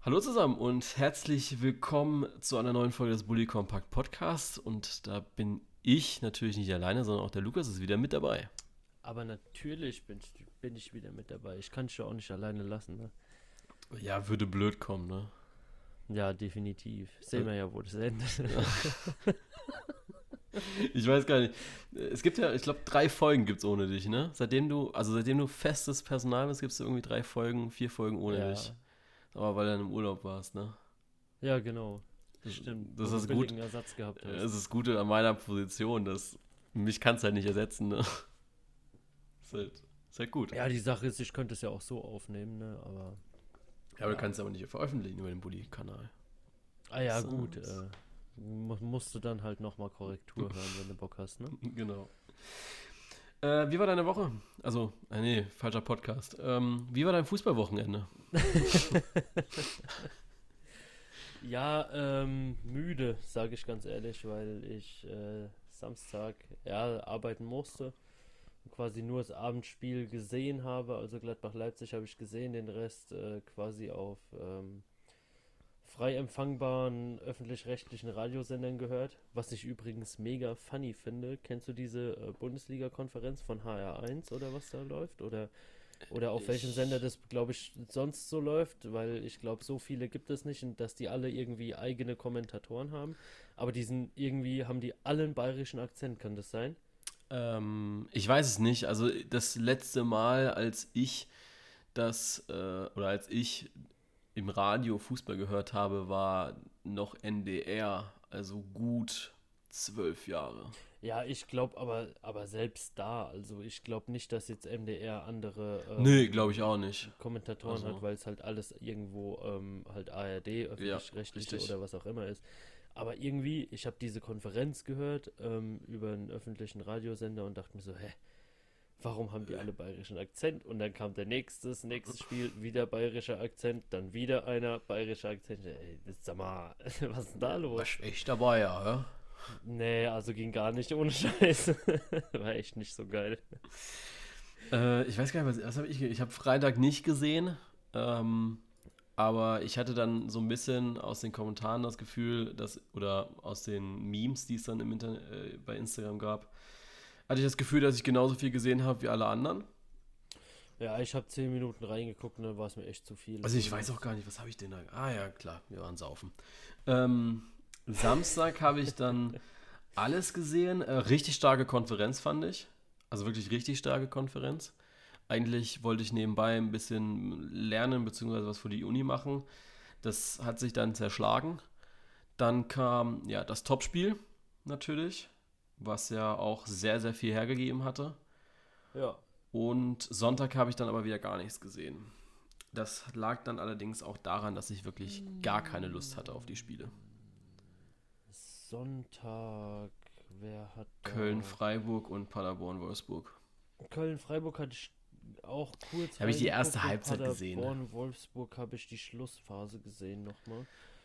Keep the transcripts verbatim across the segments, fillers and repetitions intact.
Hallo zusammen und herzlich willkommen zu einer neuen Folge des Bully Compact Podcasts. Und da bin ich natürlich nicht alleine, sondern auch der Lukas ist wieder mit dabei. Aber natürlich bin ich, bin ich wieder mit dabei. Ich kann dich ja auch nicht alleine lassen, ne? Ja, würde blöd kommen, ne? Ja, definitiv. Sehen wir ja, wo das endet. Ich weiß gar nicht. Es gibt ja, ich glaube, drei Folgen gibt es ohne dich, ne? Seitdem du, also seitdem du festes Personal bist, gibt es irgendwie drei Folgen, vier Folgen ohne Ja, dich. Aber weil du dann im Urlaub warst, ne? ja, genau. Das, Stimmt. das Wo ist du das gut. billigen Ersatz gehabt Das hast. ist das Gute an meiner Position, dass mich kannst halt nicht ersetzen, ne? Ist halt, ist halt gut. Ja, die Sache ist, ich könnte es ja auch so aufnehmen, ne? Aber. Ja, aber du Ja. kannst aber nicht veröffentlichen über den Bully-Kanal. Ah ja, So. gut. Äh, mu- musst du dann halt nochmal Korrektur hören, wenn du Bock hast, ne? Genau. Äh, wie war deine Woche? Also, äh, nee, falscher Podcast. Ähm, wie war dein Fußballwochenende? Ja, ähm, müde, sage ich ganz ehrlich, weil ich äh, Samstag ja arbeiten musste und quasi nur das Abendspiel gesehen habe. Also Gladbach-Leipzig habe ich gesehen, den Rest äh, quasi auf ähm, frei empfangbaren öffentlich-rechtlichen Radiosendern gehört. Was ich übrigens mega funny finde. Kennst du diese äh, Bundesliga-Konferenz von H R eins oder was da läuft? Oder oder auf welchem Ich, Sender das, glaube ich, sonst so läuft, weil ich glaube, so viele gibt es nicht und dass die alle irgendwie eigene Kommentatoren haben. Aber die sind irgendwie, haben die alle einen bayerischen Akzent, kann das sein? ähm, ich weiß es nicht. Also, das letzte Mal, als ich das, äh, oder als ich im Radio Fußball gehört habe, war noch N D R, also gut zwölf Jahre. Ja, ich glaube aber, aber selbst da, also ich glaube nicht, dass jetzt M D R andere Nee, glaube ähm, ich auch nicht. Kommentatoren hat, Also, weil es halt alles irgendwo ähm, halt A R D, ja, öffentlich-rechtliche richtig. oder was auch immer ist. Aber irgendwie, ich habe diese Konferenz gehört ähm, über einen öffentlichen Radiosender und dachte mir so, hä, warum haben die alle bayerischen Akzent? Und dann kam der nächste, das nächste Spiel, wieder bayerischer Akzent, dann wieder einer bayerischer Akzent. Ey, das, sag mal, was ist denn da los? Warst echt dabei, ja, ja? Nee, also ging gar nicht ohne Scheiß. War echt nicht so geil. Äh, ich weiß gar nicht, was, was habe ich ge- Ich habe Freitag nicht gesehen, ähm, aber ich hatte dann so ein bisschen aus den Kommentaren das Gefühl, dass, oder aus den Memes, die es dann im Internet, äh, bei Instagram gab, hatte ich das Gefühl, dass ich genauso viel gesehen habe wie alle anderen. Ja, ich habe zehn Minuten reingeguckt und dann war es mir echt zu viel. Also ich weiß auch gar nicht, was habe ich denn da? Ah ja, klar, wir waren saufen. Ähm, Samstag habe ich dann alles gesehen. Äh, richtig starke Konferenz fand ich. Also wirklich richtig starke Konferenz. Eigentlich wollte ich nebenbei ein bisschen lernen bzw. was für die Uni machen. Das hat sich dann zerschlagen. Dann kam ja das Topspiel natürlich, was ja auch sehr, sehr viel hergegeben hatte. Ja, Und Sonntag habe ich dann aber wieder gar nichts gesehen. Das lag dann allerdings auch daran, dass ich wirklich gar keine Lust hatte auf die Spiele. Sonntag, wer hat Köln, da... Freiburg und Paderborn, Wolfsburg. Köln-Freiburg hatte ich auch kurz Habe ich die reingeguckt erste und Halbzeit gesehen. Paderborn-Wolfsburg habe ich die Schlussphase gesehen nochmal.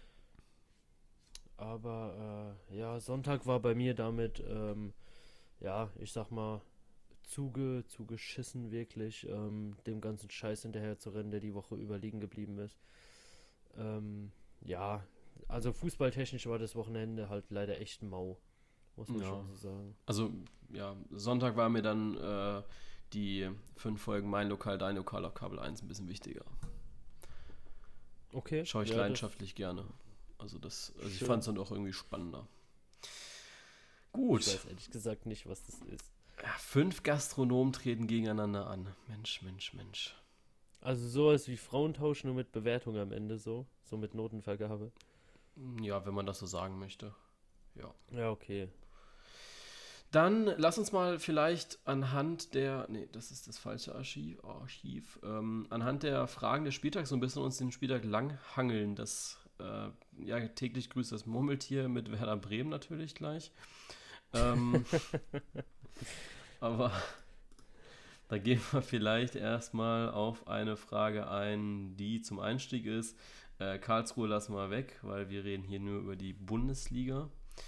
Aber äh, ja, Sonntag war bei mir damit, ähm, ja, ich sag mal, zuge, zugeschissen wirklich, ähm, dem ganzen Scheiß hinterher zu rennen, der die Woche über liegen geblieben ist. Ähm, ja, also fußballtechnisch war das Wochenende halt leider echt mau, muss man Ja. schon so sagen. Also, ja, Sonntag war mir dann äh, die fünf Folgen Mein Lokal, Dein Lokal auf Kabel eins ein bisschen wichtiger. Okay, Schaue ich ja, das leidenschaftlich gerne. Also, das, also ich schön. fand es dann auch irgendwie spannender. Ich Gut. weiß ehrlich gesagt nicht, was das ist. Ja, fünf Gastronomen treten gegeneinander an. Mensch, Mensch, Mensch. Also sowas wie Frauentausch, nur mit Bewertung am Ende so, so mit Notenvergabe. Ja, wenn man das so sagen möchte. Ja. Ja, okay. Dann lass uns mal vielleicht anhand der, nee, das ist das falsche Archiv, Archiv ähm, anhand der Fragen des Spieltags so ein bisschen uns den Spieltag lang hangeln. Das, äh, ja, täglich grüßt das Murmeltier mit Werder Bremen natürlich gleich. Ähm, aber da gehen wir vielleicht erstmal auf eine Frage ein, die zum Einstieg ist. Äh, Karlsruhe lassen wir weg, weil wir reden hier nur über die Bundesliga.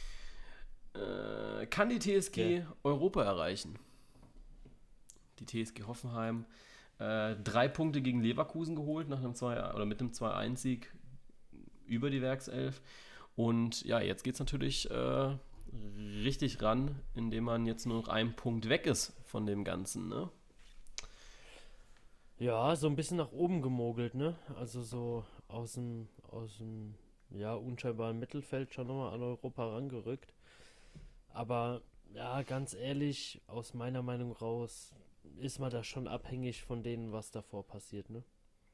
Äh, kann die T S G Ja. Europa erreichen? Die T S G Hoffenheim. Äh, drei Punkte gegen Leverkusen geholt nach einem zwei oder mit einem zwei eins Sieg über die Werkself. Und ja, jetzt geht es natürlich äh, richtig ran, indem man jetzt nur noch einen Punkt weg ist von dem Ganzen, ne? Ja, so ein bisschen nach oben gemogelt, ne? Also so aus dem, aus dem, ja, unscheinbaren Mittelfeld schon nochmal an Europa rangerückt. Aber ja, ganz ehrlich, aus meiner Meinung raus ist man da schon abhängig von denen, was davor passiert, ne?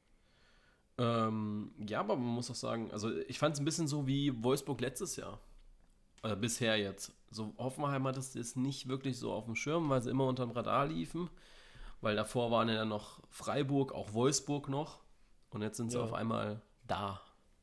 Ähm, ja, aber man muss auch sagen, also ich fand es ein bisschen so wie Wolfsburg letztes Jahr. Oder bisher jetzt. So Hoffenheim hat es jetzt nicht wirklich so auf dem Schirm, weil sie immer unterm Radar liefen. Weil davor waren ja noch Freiburg, auch Wolfsburg noch. Und jetzt sind sie Ja. auf einmal da.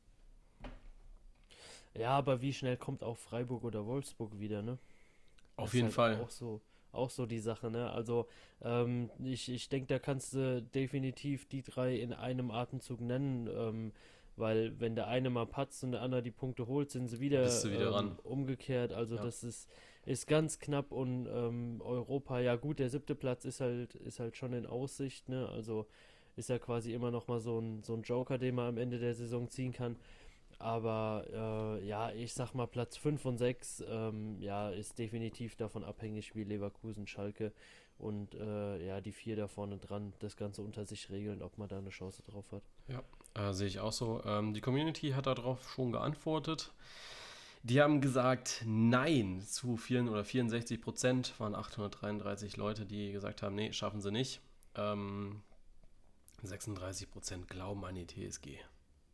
Ja, aber wie schnell kommt auch Freiburg oder Wolfsburg wieder, ne? Das Auf ist jeden halt Fall. auch so, auch so die Sache, ne? Also, ähm, ich, ich denke, da kannst du definitiv die drei in einem Atemzug nennen, ähm, weil wenn der eine mal patzt und der andere die Punkte holt, sind sie Bist wieder du wieder ähm, ran. umgekehrt. Also Ja. das ist, ist ganz knapp und ähm, Europa, ja gut, der siebte Platz ist halt, ist halt schon in Aussicht, ne? Also ist ja quasi immer noch mal so ein, so ein Joker, den man am Ende der Saison ziehen kann. Aber äh, ja, ich sag mal, Platz fünf und sechs ähm, ja, ist definitiv davon abhängig, wie Leverkusen, Schalke und äh, ja, die vier da vorne dran das Ganze unter sich regeln, ob man da eine Chance drauf hat. Ja, äh, sehe ich auch so. Ähm, die Community hat darauf schon geantwortet. Die haben gesagt Nein zu vier oder vierundsechzig Prozent, waren achthundertdreiunddreißig Leute, die gesagt haben, nee, schaffen sie nicht. Ähm, sechsunddreißig Prozent glauben an die T S G.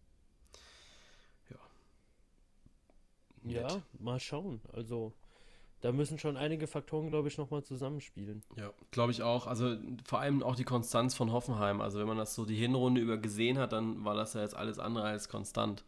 Ja, nett. Ja, mal schauen. Also, da müssen schon einige Faktoren, glaube ich, nochmal zusammenspielen. Ja, glaube ich auch. Also vor allem auch die Konstanz von Hoffenheim. Also wenn man das so die Hinrunde über gesehen hat, dann war das ja jetzt alles andere als konstant.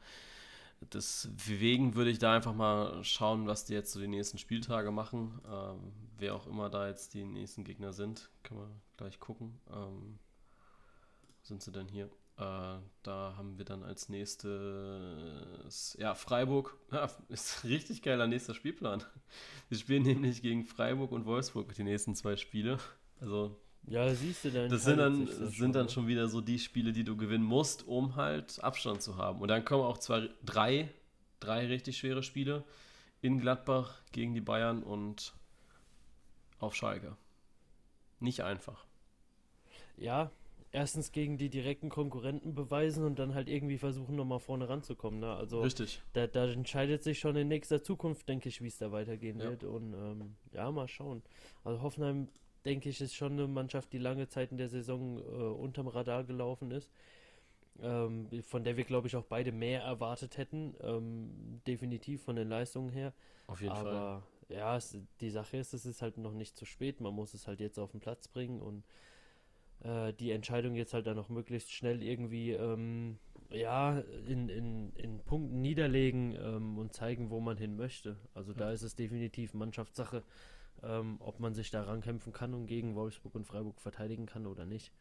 Deswegen würde ich da einfach mal schauen, was die jetzt so die nächsten Spieltage machen. Ähm, wer auch immer da jetzt die nächsten Gegner sind, können wir gleich gucken. Ähm, wo sind sie denn hier? Äh, da haben wir dann als nächstes, ja, Freiburg. Ja, ist ein richtig geiler nächster Spielplan. Wir spielen nämlich gegen Freiburg und Wolfsburg die nächsten zwei Spiele. Also Ja, siehst du, da das sind entscheidet dann, sich das sind schon, dann ne? schon wieder so die Spiele, die du gewinnen musst, um halt Abstand zu haben. Und dann kommen auch zwei, drei, drei richtig schwere Spiele in Gladbach gegen die Bayern und auf Schalke. Nicht einfach. Ja, erstens gegen die direkten Konkurrenten beweisen und dann halt irgendwie versuchen, nochmal vorne ranzukommen, ne? Also, Richtig. da, da entscheidet sich schon in nächster Zukunft, denke ich, wie es da weitergehen Ja. wird. Und ähm, ja, mal schauen. Also Hoffenheim, denke ich, ist schon eine Mannschaft, die lange Zeit in der Saison äh, unterm Radar gelaufen ist. Ähm, von der wir, glaube ich, auch beide mehr erwartet hätten. Ähm, definitiv von den Leistungen her. Auf jeden Fall. Aber ja, es, die Sache ist, es ist halt noch nicht zu spät. Man muss es halt jetzt auf den Platz bringen und äh, die Entscheidung jetzt halt dann noch möglichst schnell irgendwie ähm, ja, in, in, in Punkten niederlegen ähm, und zeigen, wo man hin möchte. Also da Ja. ist es definitiv Mannschaftssache, ähm, ob man sich da rankämpfen kann und gegen Wolfsburg und Freiburg verteidigen kann oder nicht.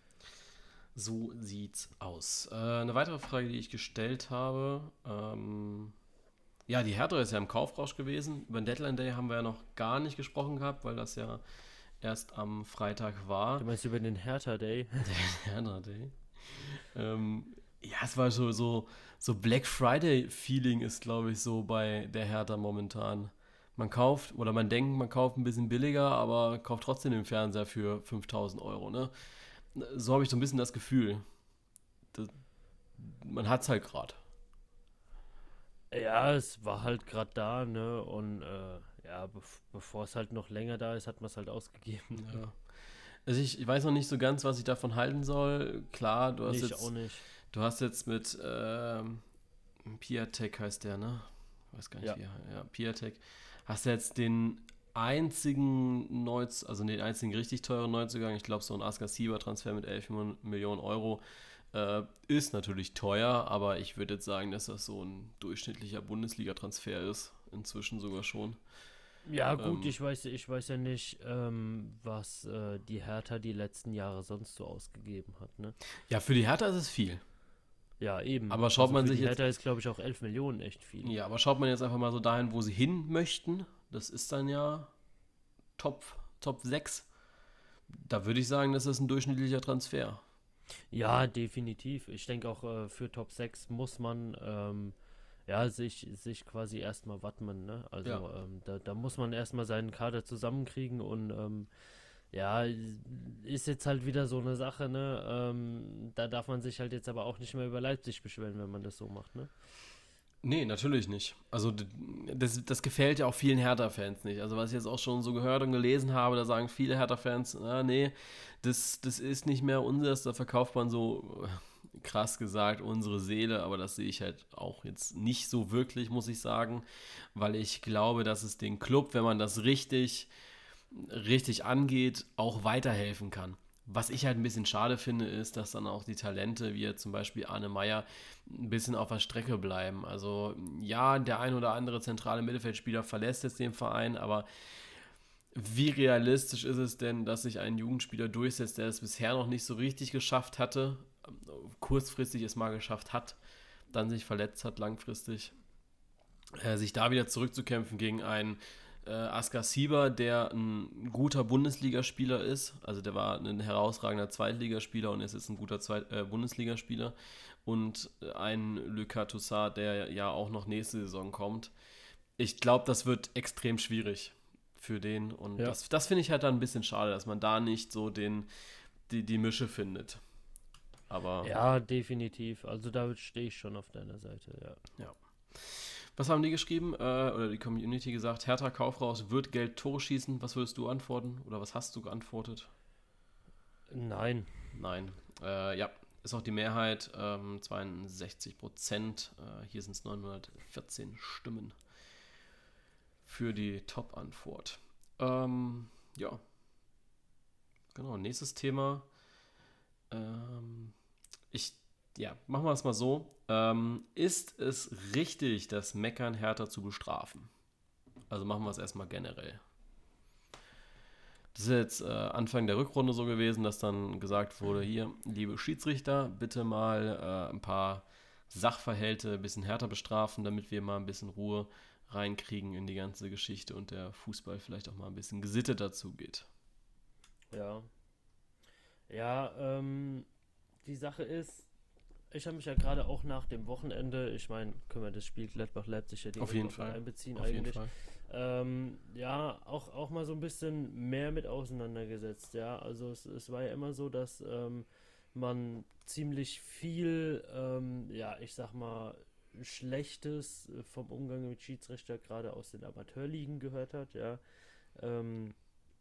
So sieht's aus. Äh, eine weitere Frage, die ich gestellt habe. Ähm, ja, die Hertha ist ja im Kaufrausch gewesen. Über den Deadline Day haben wir ja noch gar nicht gesprochen gehabt, weil das ja erst am Freitag war. Du meinst über den Hertha Day? Der Hertha Day. Ähm, ja, es war so, so, so Black Friday-Feeling ist, glaube ich, so bei der Hertha momentan. Man kauft, oder man denkt, man kauft ein bisschen billiger, aber kauft trotzdem den Fernseher für fünftausend Euro, ne? So habe ich so ein bisschen das Gefühl. Das, man hat es halt gerade. Ja, es war halt gerade da, ne? Und äh, ja, bev bevor es halt noch länger da ist, hat man es halt ausgegeben. Ja. Also ich, ich weiß noch nicht so ganz, was ich davon halten soll. Klar, du hast Ich jetzt, auch nicht. du hast jetzt mit ähm, Piatek heißt der, ne? Ich weiß gar nicht, Ja. wie er, ja, Piatek. Hast du jetzt den einzigen Neuz, also den einzigen richtig teuren Neuzugang, ich glaube so ein Askar Sieber-Transfer mit elf Millionen Euro, äh, ist natürlich teuer, aber ich würde jetzt sagen, dass das so ein durchschnittlicher Bundesliga-Transfer ist, inzwischen sogar schon. Ja, gut, Ähm, ich weiß, ich weiß ja nicht, ähm, was äh, die Hertha die letzten Jahre sonst so ausgegeben hat, ne? ja, für die Hertha ist es viel. Ja, eben. Aber schaut man für sich die jetzt- Hertha ist, glaube ich, auch elf Millionen echt viel. Ja, aber schaut man jetzt einfach mal so dahin, wo sie hin möchten, das ist dann ja Top, Top sechs. Da würde ich sagen, das ist ein durchschnittlicher Transfer. Ja, definitiv. Ich denke auch, äh, für Top sechs muss man ähm, ja, sich, sich quasi erstmal wappnen, ne? Also Ja. ähm, da, da muss man erstmal seinen Kader zusammenkriegen und ähm, ja, ist jetzt halt wieder so eine Sache, ne? Ähm, da darf man sich halt jetzt aber auch nicht mehr über Leipzig beschweren, wenn man das so macht, ne? Nee, natürlich nicht. Also d- das, das gefällt ja auch vielen Hertha-Fans nicht. Also was ich jetzt auch schon so gehört und gelesen habe, da sagen viele Hertha-Fans, ah, nee, das, das ist nicht mehr unseres, da verkauft man so, äh, krass gesagt, unsere Seele, aber das sehe ich halt auch jetzt nicht so wirklich, muss ich sagen, weil ich glaube, dass es den Club, wenn man das richtig richtig angeht, auch weiterhelfen kann. Was ich halt ein bisschen schade finde, ist, dass dann auch die Talente, wie jetzt zum Beispiel Arne Meyer, ein bisschen auf der Strecke bleiben. Also ja, der ein oder andere zentrale Mittelfeldspieler verlässt jetzt den Verein, aber wie realistisch ist es denn, dass sich ein Jugendspieler durchsetzt, der es bisher noch nicht so richtig geschafft hatte, kurzfristig es mal geschafft hat, dann sich verletzt hat langfristig, äh, sich da wieder zurückzukämpfen gegen einen äh, Askar Sieber, der ein guter Bundesligaspieler ist. Also der war ein herausragender Zweitligaspieler und ist jetzt ein guter Zweit äh, Bundesligaspieler. Und ein Lucas Toussaint, der ja auch noch nächste Saison kommt. Ich glaube, das wird extrem schwierig für den. Und Ja. das, das finde ich halt dann ein bisschen schade, dass man da nicht so den, die, die Mische findet. Aber Ja, definitiv. Also da stehe ich schon auf deiner Seite, ja. ja. Was haben die geschrieben? Äh, oder die Community gesagt, Hertha Kaufhaus wird Geld Tore schießen. Was würdest du antworten? Oder was hast du geantwortet? Nein. Nein. Äh, ja, ist auch die Mehrheit. Ähm, zweiundsechzig Prozent. Äh, hier sind es neunhundertvierzehn Stimmen für die Top-Antwort. Ähm, ja. Genau, nächstes Thema. Ähm, ich, ja, machen wir es mal so. Ähm, ist es richtig, das Meckern härter zu bestrafen? Also machen wir es erstmal generell. Das ist jetzt äh, Anfang der Rückrunde so gewesen, dass dann gesagt wurde, hier, liebe Schiedsrichter, bitte mal äh, ein paar Sachverhalte ein bisschen härter bestrafen, damit wir mal ein bisschen Ruhe reinkriegen in die ganze Geschichte und der Fußball vielleicht auch mal ein bisschen gesitteter zugeht. Ja. Ja, ähm, die Sache ist, ich habe mich ja gerade auch nach dem Wochenende, ich meine, können wir das Spiel Gladbach-Leipzig ja Auf direkt jeden noch mit Fall. einbeziehen Auf jeden eigentlich. Fall. Ähm, ja, auch, auch mal so ein bisschen mehr mit auseinandergesetzt, ja. Also es, es war ja immer so, dass ähm, man ziemlich viel, ähm, ja, ich sag mal, Schlechtes äh, vom Umgang mit Schiedsrichter gerade aus den Amateurligen gehört hat, ja. Ähm,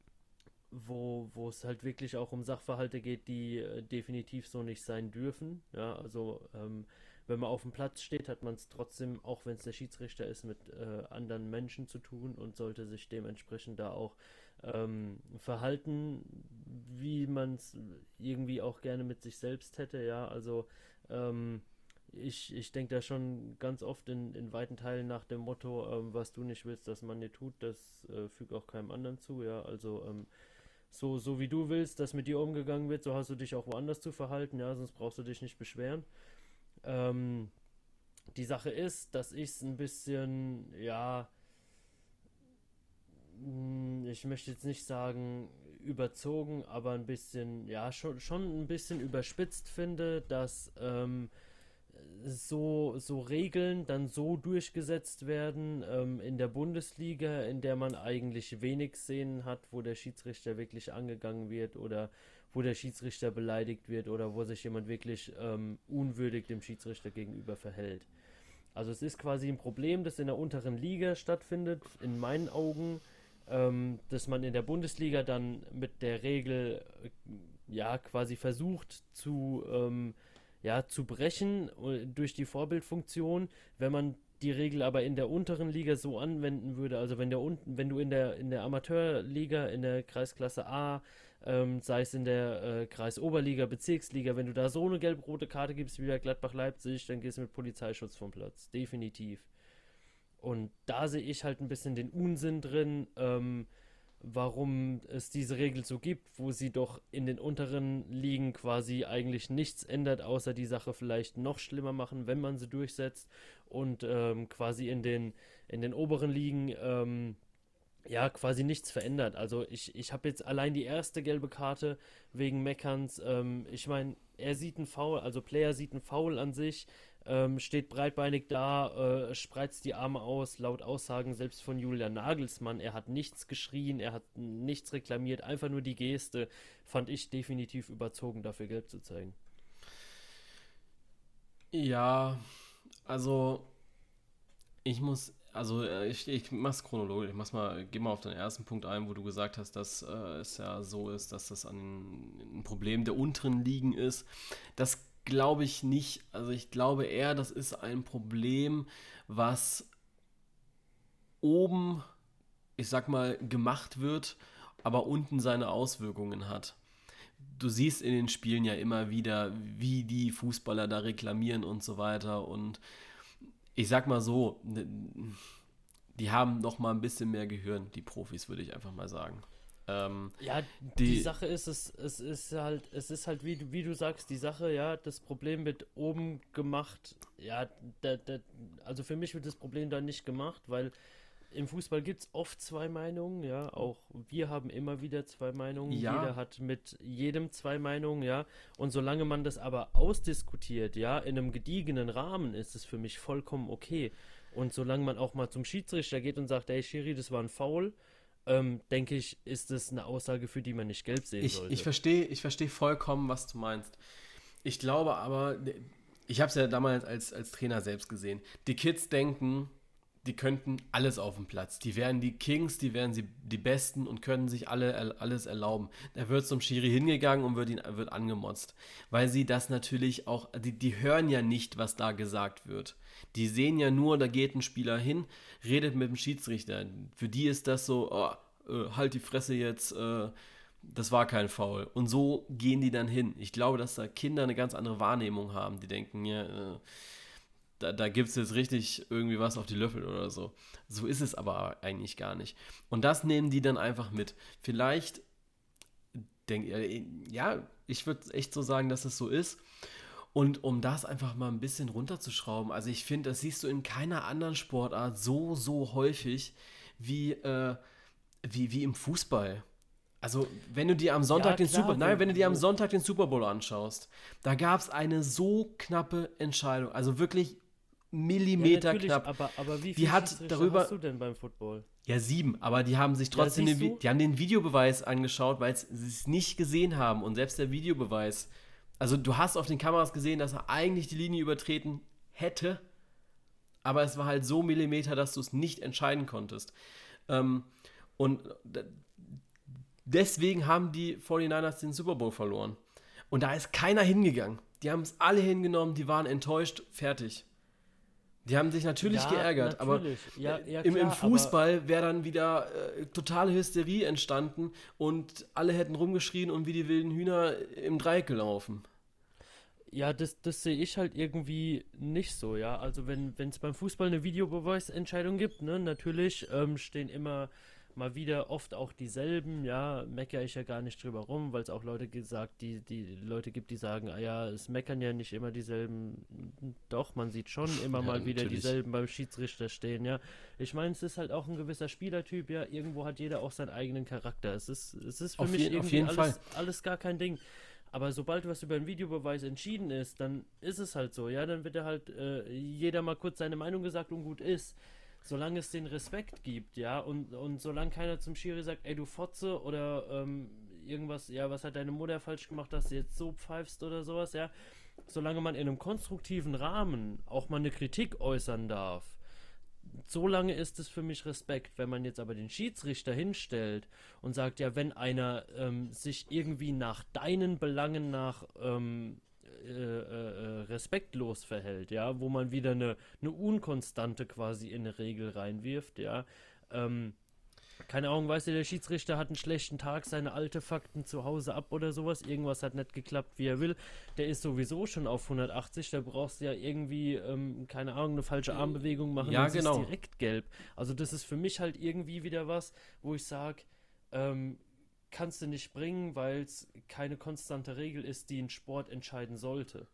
wo, wo es halt wirklich auch um Sachverhalte geht, die äh, definitiv so nicht sein dürfen. Ja, also ähm, wenn man auf dem Platz steht, hat man es trotzdem, auch wenn es der Schiedsrichter ist, mit äh, anderen Menschen zu tun und sollte sich dementsprechend da auch ähm, verhalten, wie man es irgendwie auch gerne mit sich selbst hätte. Ja, also ähm, ich, ich denke da schon ganz oft in, in weiten Teilen nach dem Motto, ähm, was du nicht willst, dass man dir tut, das äh, fügt auch keinem anderen zu. Ja, also ähm, so, so wie du willst, dass mit dir umgegangen wird, so hast du dich auch woanders zu verhalten, ja, sonst brauchst du dich nicht beschweren. Ähm, die Sache ist, dass ich es ein bisschen, ja, mh, ich möchte jetzt nicht sagen überzogen, aber ein bisschen, ja, schon, schon ein bisschen überspitzt finde, dass ähm, so, so Regeln dann so durchgesetzt werden ähm, in der Bundesliga, in der man eigentlich wenig Szenen hat, wo der Schiedsrichter wirklich angegangen wird oder wo der Schiedsrichter beleidigt wird oder wo sich jemand wirklich ähm, unwürdig dem Schiedsrichter gegenüber verhält. Also es ist quasi ein Problem, das in der unteren Liga stattfindet, in meinen Augen, ähm, dass man in der Bundesliga dann mit der Regel äh, ja quasi versucht zu ähm, ja, zu brechen äh, durch die Vorbildfunktion, wenn man die Regel aber in der unteren Liga so anwenden würde, also wenn der unten, wenn du in der in der Amateurliga, in der Kreisklasse A, ähm, sei es in der äh, Kreisoberliga, Bezirksliga, wenn du da so eine gelb-rote Karte gibst wie bei Gladbach-Leipzig, dann gehst du mit Polizeischutz vom Platz, definitiv. Und da sehe ich halt ein bisschen den Unsinn drin, ähm, warum es diese Regel so gibt, wo sie doch in den unteren Ligen quasi eigentlich nichts ändert, außer die Sache vielleicht noch schlimmer machen, wenn man sie durchsetzt und ähm, quasi in den, in den oberen Ligen ähm, ja quasi nichts verändert. Also ich, ich habe jetzt allein die erste gelbe Karte wegen Meckerns, ähm, ich meine, er sieht einen Foul, also Player sieht einen Foul an sich, ähm, steht breitbeinig da, äh, spreizt die Arme aus, laut Aussagen selbst von Julian Nagelsmann. Er hat nichts geschrien, er hat nichts reklamiert, einfach nur die Geste. Fand ich definitiv überzogen, dafür gelb zu zeigen. Ja, also ich muss, also äh, ich, ich mach's chronologisch, ich mach's mal, geh mal auf den ersten Punkt ein, wo du gesagt hast, dass äh, es ja so ist, dass das an, ein Problem der unteren Ligen ist. Das glaube ich nicht. Also ich glaube eher, das ist ein Problem, was oben, ich sag mal, gemacht wird, aber unten seine Auswirkungen hat. Du siehst in den Spielen ja immer wieder, wie die Fußballer da reklamieren und so weiter. Und ich sag mal so, die haben noch mal ein bisschen mehr Gehirn, die Profis, würde ich einfach mal sagen. Ähm, Ja, die, die Sache ist, es, es ist halt, es ist halt, wie du, wie du sagst, die Sache, ja, das Problem wird oben gemacht, ja, da, da, also für mich wird das Problem da nicht gemacht, weil im Fußball gibt es oft zwei Meinungen, ja, auch wir haben immer wieder zwei Meinungen, ja. Jeder hat mit jedem zwei Meinungen, ja, und solange man das aber ausdiskutiert, ja, in einem gediegenen Rahmen, ist es für mich vollkommen okay. Und solange man auch mal zum Schiedsrichter geht und sagt, ey Schiri, das war ein Foul, ähm, denke ich, ist das eine Aussage, für die man nicht gelb sehen ich, sollte. Ich verstehe ich versteh vollkommen, was du meinst. Ich glaube aber, ich habe es ja damals als, als Trainer selbst gesehen, die Kids denken, die könnten alles auf dem Platz. Die wären die Kings, die wären sie die Besten und können sich alle alles erlauben. Da wird zum Schiri hingegangen und wird ihn wird angemotzt. Weil sie das natürlich auch, die, die hören ja nicht, was da gesagt wird. Die sehen ja nur, da geht ein Spieler hin, redet mit dem Schiedsrichter. Für die ist das so, oh, äh, halt die Fresse jetzt, äh, das war kein Foul. Und so gehen die dann hin. Ich glaube, dass da Kinder eine ganz andere Wahrnehmung haben. Die denken, ja, äh, Da, da gibt es jetzt richtig irgendwie was auf die Löffel oder so. So ist es aber eigentlich gar nicht. Und das nehmen die dann einfach mit. Vielleicht, denk, ja, ich würde echt so sagen, dass es so ist. Und um das einfach mal ein bisschen runterzuschrauben, also ich finde, das siehst du in keiner anderen Sportart so, so häufig wie, äh, wie, wie im Fußball. Also, wenn du dir am Sonntag Ja, den klar, Super, nein, wo- wenn du dir am wo- Sonntag den Super Bowl anschaust, da gab es eine so knappe Entscheidung, also wirklich Ja, Millimeter natürlich, knapp. aber, aber wie Die viele hat Schiedsrichter darüber, hast du denn beim Football? ja sieben, aber die haben sich trotzdem, siehst den, Vi- du? die haben den Videobeweis angeschaut, weil sie es nicht gesehen haben und selbst der Videobeweis, also du hast auf den Kameras gesehen, dass er eigentlich die Linie übertreten hätte, aber es war halt so Millimeter, dass du es nicht entscheiden konntest. Ähm, und d- deswegen haben die forty-niners den Super Bowl verloren. Und da ist keiner hingegangen. Die haben es alle hingenommen, die waren enttäuscht, fertig. Die haben sich natürlich Ja, geärgert, natürlich. aber Ja, ja, im, im klar, Fußball wäre dann wieder äh, totale Hysterie entstanden und alle hätten rumgeschrien und wie die wilden Hühner im Dreieck gelaufen. Ja, das, das sehe ich halt irgendwie nicht so, ja. Also wenn es beim Fußball eine Videobeweisentscheidung gibt, ne, natürlich ähm, stehen immer mal wieder oft auch dieselben, ja, meckere ich ja gar nicht drüber rum, weil es auch Leute gesagt, die, die Leute gibt, die sagen, ah ja, es meckern ja nicht immer dieselben. Doch, man sieht schon immer Ja, mal wieder natürlich. dieselben beim Schiedsrichter stehen, ja. Ich meine, es ist halt auch ein gewisser Spielertyp, ja, irgendwo hat jeder auch seinen eigenen Charakter. Es ist, es ist für Auf mich je- auf irgendwie jeden alles, Fall. alles gar kein Ding. Aber sobald was über einen Videobeweis entschieden ist, dann ist es halt so, ja, dann wird er halt äh, jeder mal kurz seine Meinung gesagt und gut ist. Solange es den Respekt gibt, ja, und, und solange keiner zum Schiri sagt, ey du Fotze oder ähm, irgendwas, ja, was hat deine Mutter falsch gemacht, dass du jetzt so pfeifst oder sowas, ja, solange man in einem konstruktiven Rahmen auch mal eine Kritik äußern darf, solange ist es für mich Respekt. Wenn man jetzt aber den Schiedsrichter hinstellt und sagt, ja, wenn einer ähm, sich irgendwie nach deinen Belangen nach ähm, äh, äh, respektlos verhält, ja, wo man wieder eine, eine Unkonstante quasi in eine Regel reinwirft, ja, ähm, keine Ahnung, weißt du, der Schiedsrichter hat einen schlechten Tag, seine alte Fakten zu Hause ab oder sowas, irgendwas hat nicht geklappt, wie er will, der ist sowieso schon auf hundertachtzig, da brauchst du ja irgendwie, ähm, keine Ahnung, eine falsche Armbewegung machen Ja, und genau. siehst direkt gelb. Also das ist für mich halt irgendwie wieder was, wo ich sage, ähm, kannst du nicht bringen, weil es keine konstante Regel ist, die einen Sport entscheiden sollte.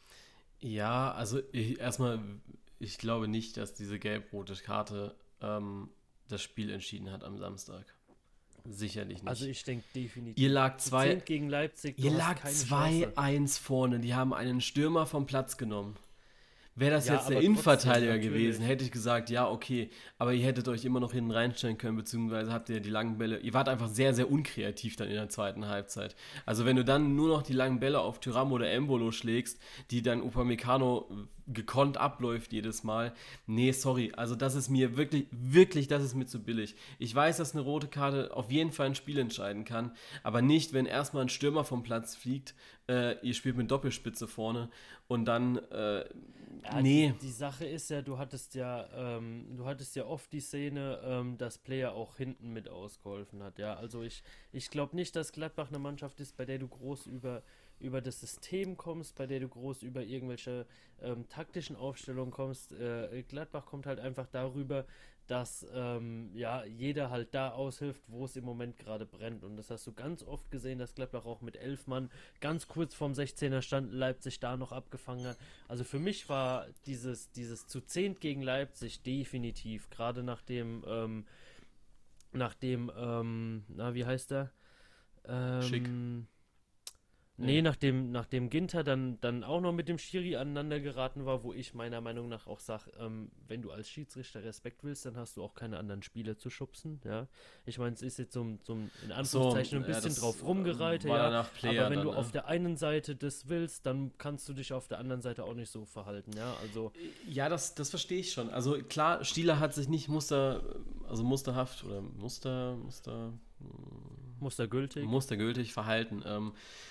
Ja, also ich, erstmal, ich glaube nicht, dass diese gelb-rote Karte ähm, das Spiel entschieden hat am Samstag. Sicherlich nicht. Also ich denke definitiv. Ihr lag Zu zwei, zehn gegen Leipzig, du ihr hast lag keine zwei Chance. eins vorne. Die haben einen Stürmer vom Platz genommen. Wäre das Ja, jetzt der aber Innenverteidiger trotzdem, gewesen, natürlich. hätte ich gesagt, ja, okay. Aber ihr hättet euch immer noch hinten reinstellen können, beziehungsweise habt ihr die langen Bälle. Ihr wart einfach sehr, sehr unkreativ dann in der zweiten Halbzeit. Also wenn du dann nur noch die langen Bälle auf Thuram oder Embolo schlägst, die dann Upamecano gekonnt abläuft jedes Mal. Nee, sorry. Also das ist mir wirklich, wirklich, das ist mir zu billig. Ich weiß, dass eine rote Karte auf jeden Fall ein Spiel entscheiden kann, aber nicht, wenn erstmal ein Stürmer vom Platz fliegt, äh, ihr spielt mit Doppelspitze vorne und dann, äh, Ja, nee. die, die Sache ist ja, du hattest ja, ähm, du hattest ja oft die Szene, ähm, dass Player auch hinten mit ausgeholfen hat, ja. Also ich, ich glaube nicht, dass Gladbach eine Mannschaft ist, bei der du groß über, über das System kommst, bei der du groß über irgendwelche ähm, taktischen Aufstellungen kommst. Äh, Gladbach kommt halt einfach darüber, dass ähm, ja, jeder halt da aushilft, wo es im Moment gerade brennt. Und das hast du ganz oft gesehen, dass Gladbach auch mit elf Mann ganz kurz vorm sechzehner stand, Leipzig da noch abgefangen hat. Also für mich war dieses, dieses zu zehnt gegen Leipzig definitiv, gerade nach dem, ähm, nach dem, ähm, na, wie heißt der? Schick. Ähm, Nee. Nee, nachdem, nachdem Ginter dann, dann auch noch mit dem Schiri aneinander geraten war, wo ich meiner Meinung nach auch sage, ähm, wenn du als Schiedsrichter Respekt willst, dann hast du auch keine anderen Spieler zu schubsen, ja. Ich meine, es ist jetzt zum, zum in Anführungszeichen So, ein ja, bisschen das drauf rumgereite, war ja. danach Player Aber wenn dann, du ne? auf der einen Seite das willst, dann kannst du dich auf der anderen Seite auch nicht so verhalten, ja. Also, Ja, das, das verstehe ich schon. Also klar, Stieler hat sich nicht muster, also musterhaft oder muster, muster, mustergültig. mustergültig verhalten. Ähm,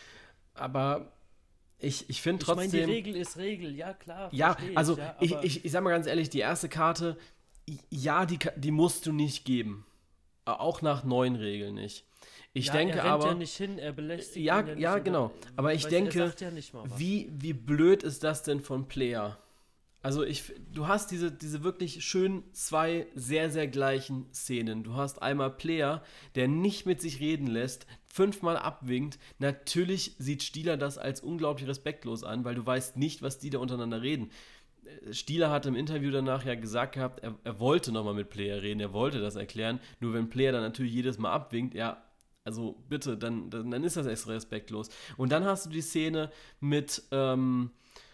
aber ich, ich finde Ich meine, die trotzdem. Regel ist Regel, ja klar, Ja, verstehe ich, also ja, ich, aber ich, ich sag mal ganz ehrlich, die erste Karte, ja, die, Ka- die musst du nicht geben. Äh, Auch nach neuen Regeln nicht. Ich ja, denke er rennt aber. ja nicht hin, er belästigt Ja, ihn ja nicht, ja, oder- genau. Aber ich weißt du, denke, er sagt ja nicht mal was. wie, wie blöd ist das denn von Player? Also ich, du hast diese, diese wirklich schön zwei sehr, sehr gleichen Szenen. Du hast einmal Player, der nicht mit sich reden lässt, fünfmal abwinkt. Natürlich sieht Stieler das als unglaublich respektlos an, weil du weißt nicht, was die da untereinander reden. Stieler hat im Interview danach ja gesagt gehabt, er, er wollte nochmal mit Player reden, er wollte das erklären. Nur wenn Player dann natürlich jedes Mal abwinkt, ja, also bitte, dann, dann, dann ist das echt respektlos. Und dann hast du die Szene mit, ähm,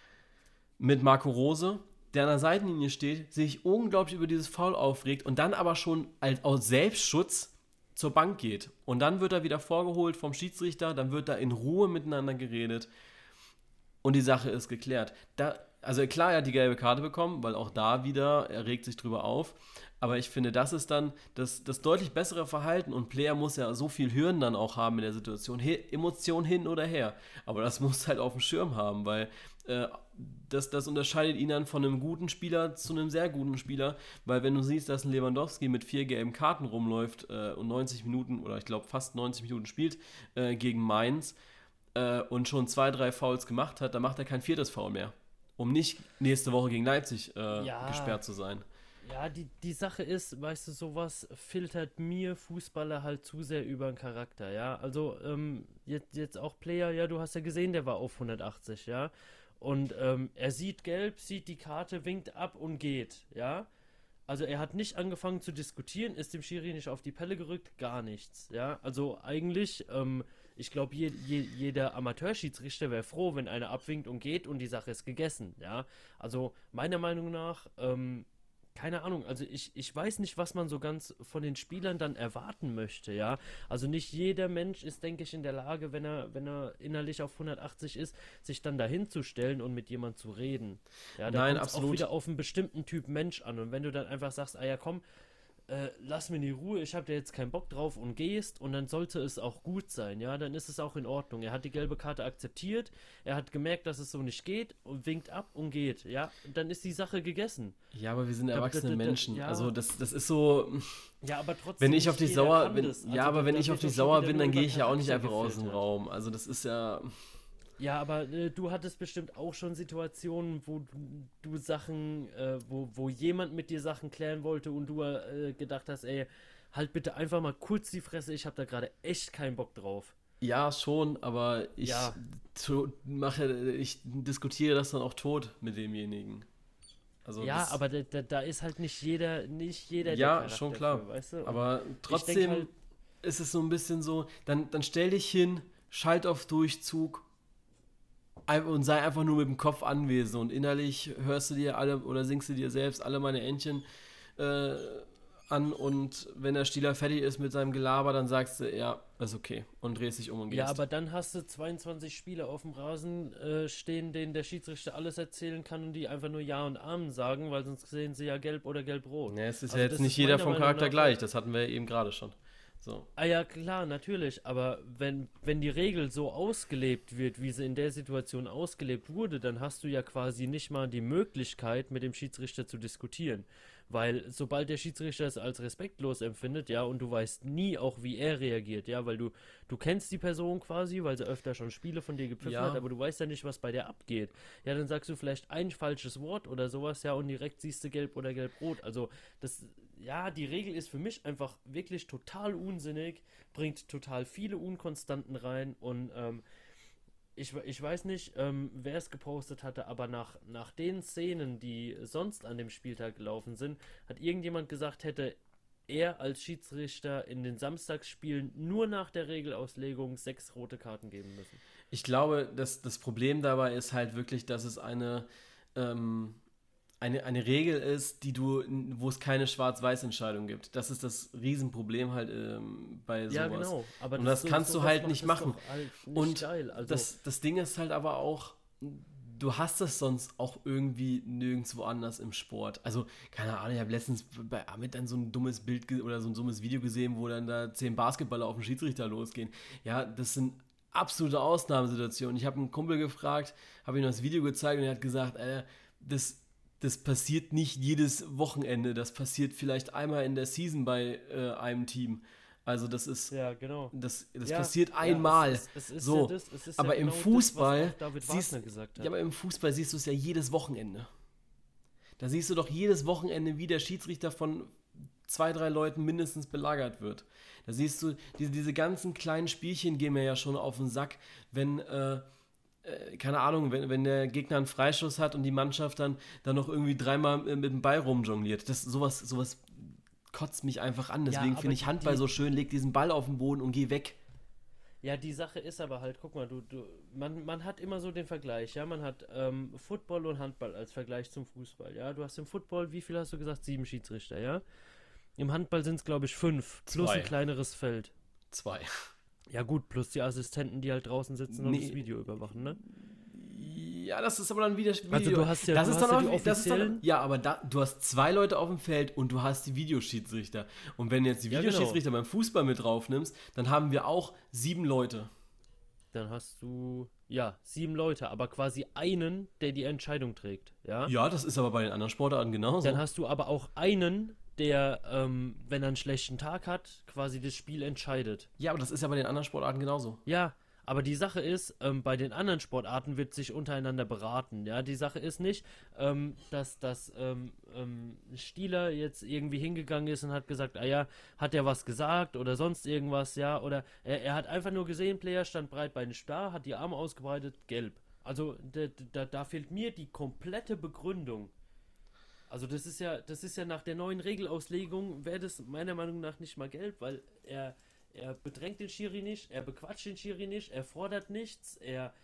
mit Marco Rose, der an der Seitenlinie steht, sich unglaublich über dieses Foul aufregt und dann aber schon als, aus Selbstschutz zur Bank geht. Und dann wird er wieder vorgeholt vom Schiedsrichter, dann wird da in Ruhe miteinander geredet und die Sache ist geklärt. Da, also klar, er hat die gelbe Karte bekommen, weil auch da wieder, er regt sich drüber auf. Aber ich finde, das ist dann das, das deutlich bessere Verhalten und Player muss ja so viel Hirn dann auch haben in der Situation. He, Emotion hin oder her. Aber das muss halt auf dem Schirm haben, weil äh, das, das unterscheidet ihn dann von einem guten Spieler zu einem sehr guten Spieler, weil wenn du siehst, dass ein Lewandowski mit vier gelben Karten rumläuft äh, und neunzig Minuten oder ich glaube fast neunzig Minuten spielt äh, gegen Mainz äh, und schon zwei, drei Fouls gemacht hat, dann macht er kein viertes Foul mehr, um nicht nächste Woche gegen Leipzig äh, Ja. gesperrt zu sein. Ja, die, die Sache ist, weißt du, sowas filtert mir Fußballer halt zu sehr über den Charakter, ja. Also, ähm, jetzt, jetzt auch Player, ja, du hast ja gesehen, der war auf hundertachtzig, ja. Und ähm, er sieht gelb, sieht die Karte, winkt ab und geht, ja. Also er hat nicht angefangen zu diskutieren, ist dem Schiri nicht auf die Pelle gerückt, gar nichts, ja. Also eigentlich, ähm, ich glaube, je, je, jeder Amateurschiedsrichter wäre froh, wenn einer abwinkt und geht und die Sache ist gegessen, ja. Also meiner Meinung nach, ähm, keine Ahnung, also ich, ich weiß nicht, was man so ganz von den Spielern dann erwarten möchte, ja. Also nicht jeder Mensch ist, denke ich, in der Lage, wenn er, wenn er innerlich auf hundertachtzig ist, sich dann dahin zu stellen und mit jemand zu reden. Ja, da Nein, kommt's auch absolut. wieder auf einen bestimmten Typ Mensch an. Und wenn du dann einfach sagst, ah ja, komm, äh, lass mir die Ruhe, ich habe da jetzt keinen Bock drauf und gehst und dann sollte es auch gut sein, ja, dann ist es auch in Ordnung. Er hat die gelbe Karte akzeptiert, er hat gemerkt, dass es so nicht geht und winkt ab und geht, ja, und dann ist die Sache gegessen. Ja, aber wir sind Da- erwachsene da- da- Menschen. ja. Also das, das ist so, Ja, aber trotzdem. wenn ich nicht auf dich jeder sauer kann bin, das. ja, Also aber da- wenn da ich auf wird dich doch schon sauer wieder bin, nur dann über gehe ich ja auch nicht Charakter einfach aus dem gefiltert. Raum. Also das ist ja, Ja, aber äh, du hattest bestimmt auch schon Situationen, wo du, du Sachen, äh, wo, wo jemand mit dir Sachen klären wollte und du äh, gedacht hast, ey, halt bitte einfach mal kurz die Fresse, ich habe da gerade echt keinen Bock drauf. ja schon, aber ich Ja. to- mache, ich diskutiere das dann auch tot mit demjenigen. Also Ja, das, aber da, da, da ist halt nicht jeder, nicht jeder Ja, Charakter schon klar. für, weißt du? Und aber ich denk trotzdem halt, ist es so ein bisschen so, dann, dann stell dich hin, schalt auf Durchzug und sei einfach nur mit dem Kopf anwesend und innerlich hörst du dir alle oder singst du dir selbst alle meine Entchen äh, an und wenn der Stieler fertig ist mit seinem Gelaber, dann sagst du, ja, ist okay und drehst dich um und gehst. Ja, aber dann hast du zweiundzwanzig Spieler auf dem Rasen äh, stehen, denen der Schiedsrichter alles erzählen kann und die einfach nur Ja und Amen sagen, weil sonst sehen sie ja gelb oder gelb-rot. Ja, es ist Also ja jetzt das nicht ist jeder meiner vom Meinung Charakter nach- gleich, das hatten wir eben gerade schon. So. Ah ja, klar, natürlich, aber wenn, wenn die Regel so ausgelebt wird, wie sie in der Situation ausgelebt wurde, dann hast du ja quasi nicht mal die Möglichkeit, mit dem Schiedsrichter zu diskutieren. Weil sobald der Schiedsrichter es als respektlos empfindet, ja, und du weißt nie auch, wie er reagiert, ja, weil du, du kennst die Person quasi, weil sie öfter schon Spiele von dir gepfiffen Ja. hat, aber du weißt ja nicht, was bei der abgeht. Ja, dann sagst du vielleicht ein falsches Wort oder sowas, ja, und direkt siehst du gelb oder gelb-rot. Also das, ja, die Regel ist für mich einfach wirklich total unsinnig, bringt total viele Unkonstanten rein und ähm, ich, ich weiß nicht, ähm, wer es gepostet hatte, aber nach, nach den Szenen, die sonst an dem Spieltag gelaufen sind, hat irgendjemand gesagt, hätte er als Schiedsrichter in den Samstagsspielen nur nach der Regelauslegung sechs rote Karten geben müssen. Ich glaube, dass das Problem dabei ist halt wirklich, dass es eine, ähm, eine, eine Regel ist, die du, wo es keine Schwarz-Weiß-Entscheidung gibt. Das ist das Riesenproblem halt ähm, bei sowas. Ja, genau. Aber Und das so- kannst du sowas halt macht nicht es machen. doch halt nicht Und geil. Also, Das, das Ding ist halt aber auch, du hast das sonst auch irgendwie nirgendwo anders im Sport. Also, keine Ahnung, ich habe letztens bei Amit dann so ein dummes Bild ge- oder so ein dummes Video gesehen, wo dann da zehn Basketballer auf den Schiedsrichter losgehen. Ja, das sind absolute Ausnahmesituationen. Ich habe einen Kumpel gefragt, habe ihm das Video gezeigt und er hat gesagt, äh, das, das passiert nicht jedes Wochenende, das passiert vielleicht einmal in der Season bei äh, einem Team. Also das ist, ja, genau. das, das Ja, passiert ja, einmal. es ist, es ist So, ja das, es ist aber ja im genau Fußball das, was auch David siehst- Wagner gesagt hat. Ja, aber im Fußball siehst du es ja jedes Wochenende. Da siehst du doch jedes Wochenende, wie der Schiedsrichter von zwei, drei Leuten mindestens belagert wird. Da siehst du, diese, diese ganzen kleinen Spielchen gehen mir ja schon auf den Sack, wenn, äh, äh, keine Ahnung, wenn, wenn der Gegner einen Freischuss hat und die Mannschaft dann, dann noch irgendwie dreimal äh, mit dem Ball rumjongliert. Das, sowas, sowas kotzt mich einfach an. Deswegen aber finde ich die- Handball die- so schön, leg diesen Ball auf den Boden und geh weg. Ja, die Sache ist aber halt, guck mal, du, du, man, man hat immer so den Vergleich, ja, man hat ähm, Football und Handball als Vergleich zum Fußball, ja, du hast im Football, wie viel hast du gesagt, sieben Schiedsrichter, ja, im Handball sind es, glaube ich, fünf, plus Zwei. ein kleineres Feld. Zwei. Ja gut, plus die Assistenten, die halt draußen sitzen und Nee. das Video überwachen, ne? Ja, das ist aber dann wieder Video. Also du hast ja- das du ist hast dann ja auch, die das ist dann, offiziellen- ja, aber da, du hast zwei Leute auf dem Feld und du hast die Videoschiedsrichter. Und wenn du jetzt die Ja, genau. Videoschiedsrichter beim Fußball mit draufnimmst, dann haben wir auch sieben Leute. Dann hast du, ja, sieben Leute, aber quasi einen, der die Entscheidung trägt, ja? Ja, das ist aber bei den anderen Sportarten genauso. Dann hast du aber auch einen, der, ähm, wenn er einen schlechten Tag hat, quasi das Spiel entscheidet. Ja, aber das ist ja bei den anderen Sportarten genauso. Ja, aber die Sache ist, ähm, bei den anderen Sportarten wird sich untereinander beraten. Ja, die Sache ist nicht, ähm, dass das ähm, ähm, Stieler jetzt irgendwie hingegangen ist und hat gesagt, ah ja, hat er was gesagt oder sonst irgendwas, ja, oder er, er hat einfach nur gesehen, Player stand breitbeinig da, hat die Arme ausgebreitet, gelb. Also da, da, da fehlt mir die komplette Begründung. Also das ist ja, das ist ja nach der neuen Regelauslegung, wäre das meiner Meinung nach nicht mal gelb, weil er Er bedrängt den Schiri nicht, er bequatscht den Schiri nicht, er fordert nichts, er,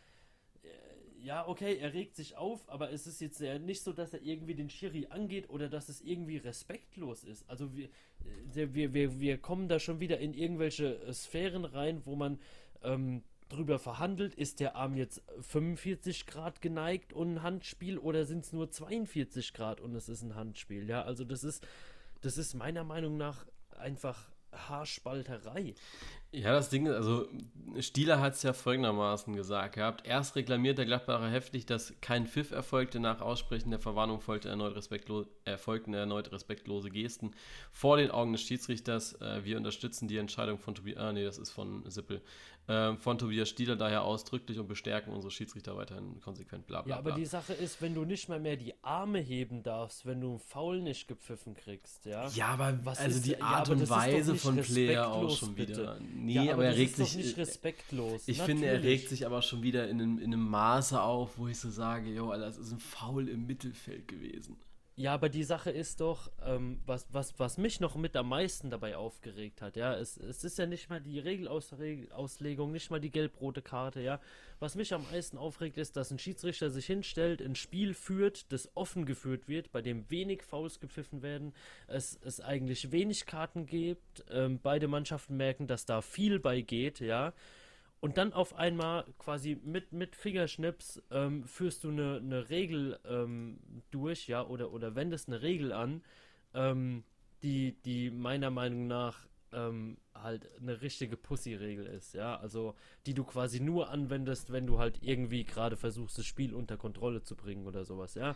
er ja, okay, er regt sich auf, aber es ist jetzt ja nicht so, dass er irgendwie den Schiri angeht oder dass es irgendwie respektlos ist. Also wir, äh, wir, wir, wir kommen da schon wieder in irgendwelche äh, Sphären rein, wo man ähm, drüber verhandelt, ist der Arm jetzt fünfundvierzig Grad geneigt und ein Handspiel oder sind es nur zweiundvierzig Grad und es ist ein Handspiel, ja, also das ist, das ist meiner Meinung nach einfach Haarspalterei. Ja, das Ding ist, also Stieler hat es ja folgendermaßen gesagt gehabt. Erst reklamiert der Gladbacher heftig, dass kein Pfiff erfolgte. Nach Aussprechen der Verwarnung folgte erneut respektlo- erfolgten erneut respektlose Gesten vor den Augen des Schiedsrichters. Äh, wir unterstützen die Entscheidung von Tobias, ah nee, das ist von Sippel, äh, von Tobias Stieler daher ausdrücklich und bestärken unsere Schiedsrichter weiterhin konsequent, bla bla Ja, aber bla. die Sache ist, wenn du nicht mal mehr die Arme heben darfst, wenn du einen Foul nicht gepfiffen kriegst, ja. Ja, aber Was also ist- die ja, Art aber und das ist doch Weise nicht von Player auch respektlos, schon bitte. wieder. Nee, Ja, aber, aber er das regt ist doch sich. nicht respektlos. Ich finde, er Natürlich. regt sich aber schon wieder in einem, in einem Maße auf, wo ich so sage, jo, Alter, das ist ein Foul im Mittelfeld gewesen. Ja, aber die Sache ist doch, ähm, was, was, was mich noch mit am meisten dabei aufgeregt hat, ja, es, es ist ja nicht mal die Regelauslegung, nicht mal die gelb-rote Karte, ja. Was mich am meisten aufregt, ist, dass ein Schiedsrichter sich hinstellt, ein Spiel führt, das offen geführt wird, bei dem wenig Fouls gepfiffen werden, es, es eigentlich wenig Karten gibt, ähm, beide Mannschaften merken, dass da viel bei geht, ja. Und dann auf einmal quasi mit, mit Fingerschnips ähm, führst du eine, eine Regel ähm, durch, ja, oder, oder wendest eine Regel an, ähm, die, die meiner Meinung nach ähm, halt eine richtige Pussy-Regel ist, ja, also die du quasi nur anwendest, wenn du halt irgendwie gerade versuchst, das Spiel unter Kontrolle zu bringen oder sowas, ja.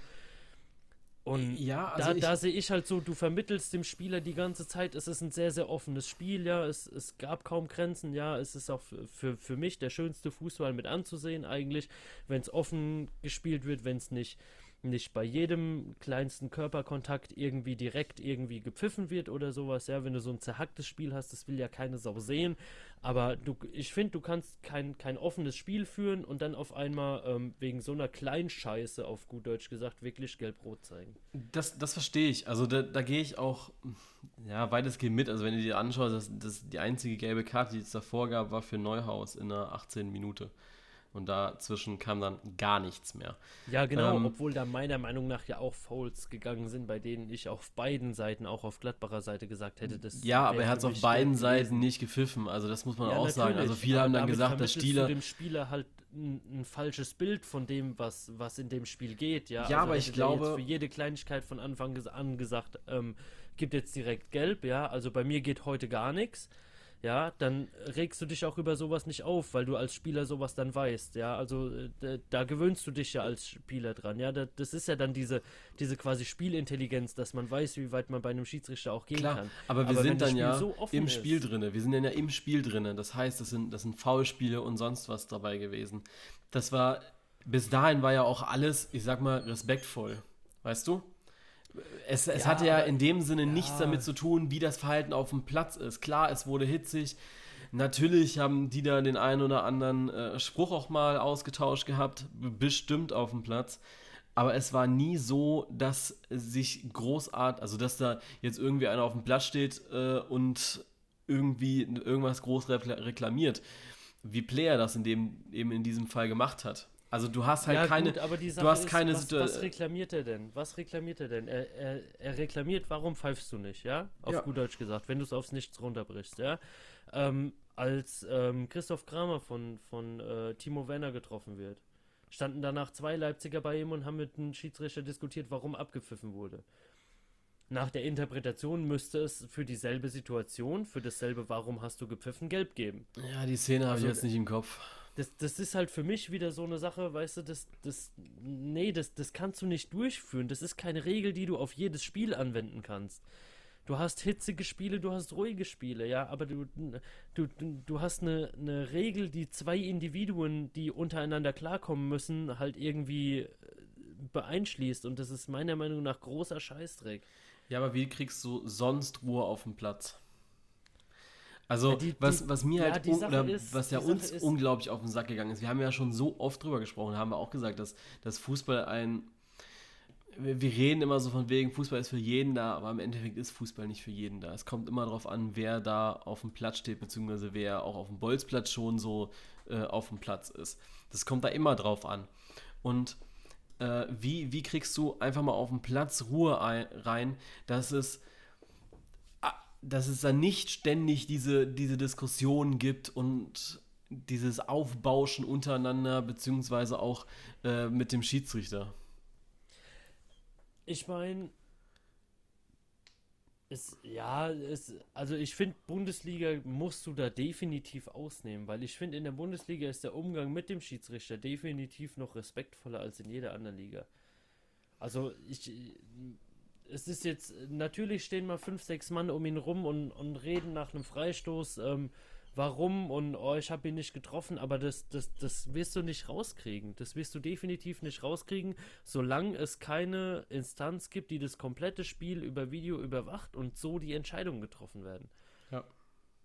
Und Ja, also da, ich, da sehe ich halt so, du vermittelst dem Spieler die ganze Zeit, es ist ein sehr, sehr offenes Spiel, ja, es, es gab kaum Grenzen, ja, es ist auch für, für, für mich der schönste Fußball mit anzusehen eigentlich, wenn es offen gespielt wird, wenn es nicht, nicht bei jedem kleinsten Körperkontakt irgendwie direkt irgendwie gepfiffen wird oder sowas, ja, wenn du so ein zerhacktes Spiel hast, das will ja keine Sau sehen, aber du, ich finde, du kannst kein, kein offenes Spiel führen und dann auf einmal ähm, wegen so einer Kleinscheiße, auf gut Deutsch gesagt, wirklich gelb-rot zeigen. das, das verstehe ich. Also da, da gehe ich auch, ja, weitestgehend mit. Also wenn du dir anschaust, dass, dass die einzige gelbe Karte, die es davor gab, war für Neuhaus in der achtzehnten Minute. Und dazwischen kam dann gar nichts mehr. Ja, genau, Ähm, obwohl da meiner Meinung nach ja auch Fouls gegangen sind, bei denen ich auf beiden Seiten, auch auf Gladbacher Seite gesagt hätte, das ja, aber wäre er hat es für auf mich beiden gelb Seiten gewesen. nicht gepfiffen. Also das muss man Ja, auch sagen. Also natürlich, viele aber haben dann damit gesagt, dass vermittelst Stieler... du dem Spieler halt ein, ein falsches Bild von dem, was, was in dem Spiel geht, ja. Ja, Also aber ich hätte der glaube- jetzt für jede Kleinigkeit von Anfang ges- an gesagt, ähm, gibt jetzt direkt gelb, ja, also bei mir geht heute gar nichts. Ja, dann regst du dich auch über sowas nicht auf, weil du als Spieler sowas dann weißt, ja, also äh, da, da gewöhnst du dich ja als Spieler dran, ja, da, das ist ja dann diese, diese quasi Spielintelligenz, dass man weiß, wie weit man bei einem Schiedsrichter auch gehen Klar, kann. aber wir wenn sind das dann Spiel ja so offen im ist- Spiel drinne. Wir sind dann ja im Spiel drinne. Das heißt, das sind, das sind Foulspiele und sonst was dabei gewesen. Das war, bis dahin war ja auch alles, ich sag mal, respektvoll. Weißt du? Es, es Ja, hatte ja aber- in dem Sinne ja. nichts damit zu tun, wie das Verhalten auf dem Platz ist. Klar, es wurde hitzig. Natürlich haben die da den einen oder anderen äh, Spruch auch mal ausgetauscht gehabt. Bestimmt auf dem Platz. Aber es war nie so, dass sich großartig, also dass da jetzt irgendwie einer auf dem Platz steht äh, und irgendwie irgendwas groß rekla- reklamiert, wie Player das in dem, eben in diesem Fall gemacht hat. Also du hast halt ja, keine, gut, aber die Sache du hast ist, keine was, Situa- was reklamiert er denn? Was reklamiert er denn? Er, er, er reklamiert, warum pfeifst du nicht, ja? Auf Ja. gut Deutsch gesagt, wenn du es aufs Nichts runterbrichst, ja? Ähm, als ähm, Christoph Kramer von, von äh, Timo Werner getroffen wird, standen danach zwei Leipziger bei ihm und haben mit dem Schiedsrichter diskutiert, warum abgepfiffen wurde. Nach der Interpretation müsste es für dieselbe Situation, für dasselbe warum hast du gepfiffen, gelb geben. ja, die Szene habe Also, ich jetzt nicht im Kopf. Das, das ist halt für mich wieder so eine Sache, weißt du, das, das, nee, das, das kannst du nicht durchführen. Das ist keine Regel, die du auf jedes Spiel anwenden kannst. Du hast hitzige Spiele, du hast ruhige Spiele, ja, aber du, du, du hast eine, eine Regel, die zwei Individuen, die untereinander klarkommen müssen, halt irgendwie äh, beeinschließt und das ist meiner Meinung nach großer Scheißdreck. Ja, aber wie kriegst du sonst Ruhe auf dem Platz? Also, Ja, die- was, die- was mir ja, halt, die un Sache oder ist- was ja die Sache uns ist- unglaublich auf den Sack gegangen ist, wir haben ja schon so oft drüber gesprochen, haben wir auch gesagt, dass, dass Fußball ein, wir, wir reden immer so von wegen, Fußball ist für jeden da, aber im Endeffekt ist Fußball nicht für jeden da. Es kommt immer darauf an, wer da auf dem Platz steht, beziehungsweise wer auch auf dem Bolzplatz schon so äh, auf dem Platz ist. Das kommt da immer drauf an. Und äh, wie, wie kriegst du einfach mal auf dem Platz Ruhe ein, rein, dass es dass es dann nicht ständig diese, diese Diskussionen gibt und dieses Aufbauschen untereinander, beziehungsweise auch äh, mit dem Schiedsrichter. Ich meine, es, ja, es, also ich finde, Bundesliga musst du da definitiv ausnehmen, weil ich finde, in der Bundesliga ist der Umgang mit dem Schiedsrichter definitiv noch respektvoller als in jeder anderen Liga. Also ich, es ist jetzt, natürlich stehen mal fünf, sechs Mann um ihn rum und, und reden nach einem Freistoß, ähm, warum und oh, ich habe ihn nicht getroffen, aber das, das, das wirst du nicht rauskriegen. Das wirst du definitiv nicht rauskriegen, solange es keine Instanz gibt, die das komplette Spiel über Video überwacht und so die Entscheidungen getroffen werden. Ja.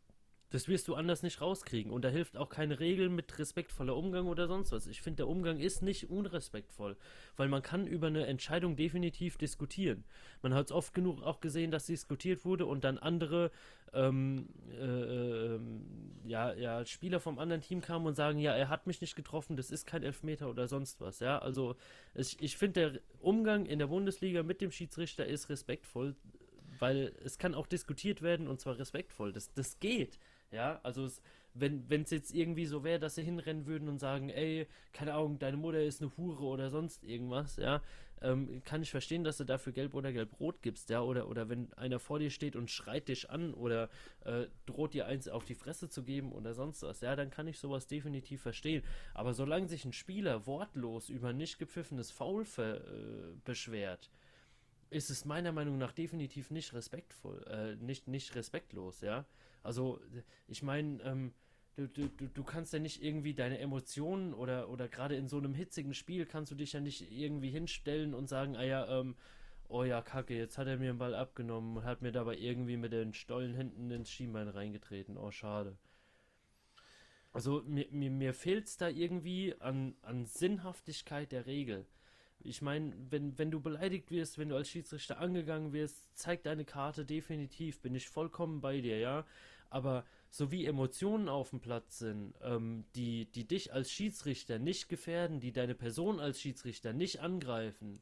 Das wirst du anders nicht rauskriegen. Und da hilft auch keine Regel mit respektvoller Umgang oder sonst was. Ich finde, der Umgang ist nicht unrespektvoll, weil man kann über eine Entscheidung definitiv diskutieren. Man hat es oft genug auch gesehen, dass diskutiert wurde und dann andere ähm, äh, ähm, ja, ja, Spieler vom anderen Team kamen und sagen, ja, er hat mich nicht getroffen, das ist kein Elfmeter oder sonst was. Ja, also ich, ich finde, der Umgang in der Bundesliga mit dem Schiedsrichter ist respektvoll, weil es kann auch diskutiert werden und zwar respektvoll. Das, das geht. Ja, also es, wenn es jetzt irgendwie so wäre, dass sie hinrennen würden und sagen, ey, keine Ahnung, deine Mutter ist eine Hure oder sonst irgendwas, ja, ähm, kann ich verstehen, dass du dafür gelb oder gelb-rot gibst, ja, oder, oder wenn einer vor dir steht und schreit dich an oder äh, droht dir eins auf die Fresse zu geben oder sonst was, ja, dann kann ich sowas definitiv verstehen. Aber solange sich ein Spieler wortlos über ein nicht gepfiffenes Foul ver, äh, beschwert, ist es meiner Meinung nach definitiv nicht respektvoll, äh, nicht, nicht respektlos, ja. Also, ich meine, ähm, du, du, du du kannst ja nicht irgendwie deine Emotionen oder, oder gerade in so einem hitzigen Spiel kannst du dich ja nicht irgendwie hinstellen und sagen, ah ja, ähm, oh ja, kacke, jetzt hat er mir den Ball abgenommen und hat mir dabei irgendwie mit den Stollen hinten ins Schienbein reingetreten, oh schade. Also mir, mir, mir fehlt es da irgendwie an, an Sinnhaftigkeit der Regel. Ich meine, wenn, wenn du beleidigt wirst, wenn du als Schiedsrichter angegangen wirst, zeig deine Karte definitiv, bin ich vollkommen bei dir, ja. Aber so wie Emotionen auf dem Platz sind, ähm, die, die dich als Schiedsrichter nicht gefährden, die deine Person als Schiedsrichter nicht angreifen,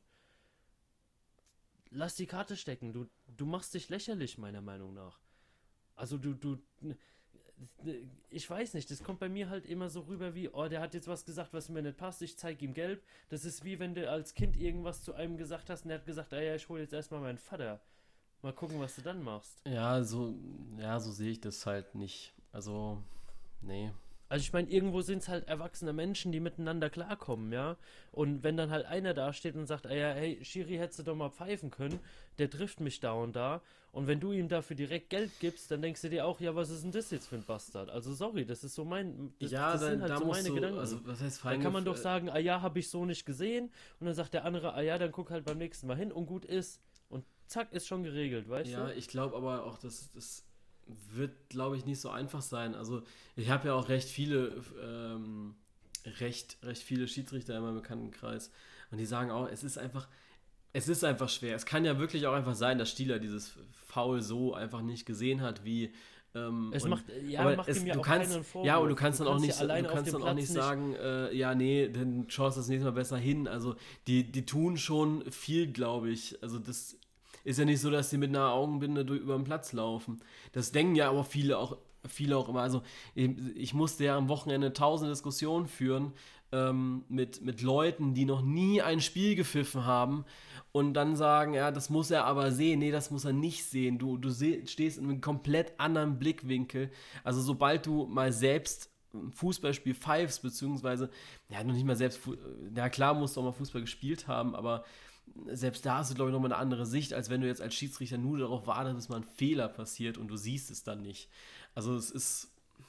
lass die Karte stecken. Du, du machst dich lächerlich, meiner Meinung nach. Also du, du, ich weiß nicht, das kommt bei mir halt immer so rüber wie, oh, der hat jetzt was gesagt, was mir nicht passt, ich zeig ihm gelb. Das ist wie wenn du als Kind irgendwas zu einem gesagt hast und der hat gesagt, ah ja, ich hole jetzt erstmal meinen Vater. Mal gucken, was du dann machst. Ja, so, ja, so sehe ich das halt nicht. Also, nee. Also ich meine, irgendwo sind es halt erwachsene Menschen, die miteinander klarkommen, ja. Und wenn dann halt einer da steht und sagt, ah ja, hey, Schiri, hättest du doch mal pfeifen können, der trifft mich da und da. Und wenn du ihm dafür direkt Geld gibst, dann denkst du dir auch, ja, was ist denn das jetzt für ein Bastard? Also sorry, das ist so mein, das, Ja, das da, sind halt da so musst meine du, Gedanken. also was heißt Dann kann man doch Feingef- sagen, ah ja, habe ich so nicht gesehen. Und dann sagt der andere, ah ja, dann guck halt beim nächsten Mal hin und gut ist. Und zack, ist schon geregelt, weißt Ja, du? ich glaube aber auch, dass das wird, glaube ich, nicht so einfach sein. Also ich habe ja auch recht viele, ähm, recht, recht viele Schiedsrichter in meinem Bekanntenkreis und die sagen auch, es ist einfach, es ist einfach schwer. Es kann ja wirklich auch einfach sein, dass Stieler dieses Foul so einfach nicht gesehen hat, wie ähm, Es und, macht, ja, aber macht es, ihm ja du auch kannst, keinen Vorwurf. ja, und du kannst dann auch ja nicht, alleine du auf kannst dem dann auch Platz nicht sagen, äh, ja, nee, dann schaust du das nächste Mal besser hin. Also die, die tun schon viel, glaube ich. Also das ist ja nicht so, dass sie mit einer Augenbinde durch, über den Platz laufen. Das denken ja aber viele auch, viele auch immer. Also ich, ich musste ja am Wochenende tausend Diskussionen führen ähm, mit, mit Leuten, die noch nie ein Spiel gepfiffen haben und dann sagen, ja, das muss er aber sehen. Nee, das muss er nicht sehen. Du, du seh, stehst in einem komplett anderen Blickwinkel. Also sobald du mal selbst ein Fußballspiel pfeifst, beziehungsweise, ja, noch nicht mal selbst, ja klar musst du auch mal Fußball gespielt haben, aber selbst da hast du, glaube ich, nochmal eine andere Sicht, als wenn du jetzt als Schiedsrichter nur darauf wartest, bis mal ein Fehler passiert und du siehst es dann nicht. Also es ist,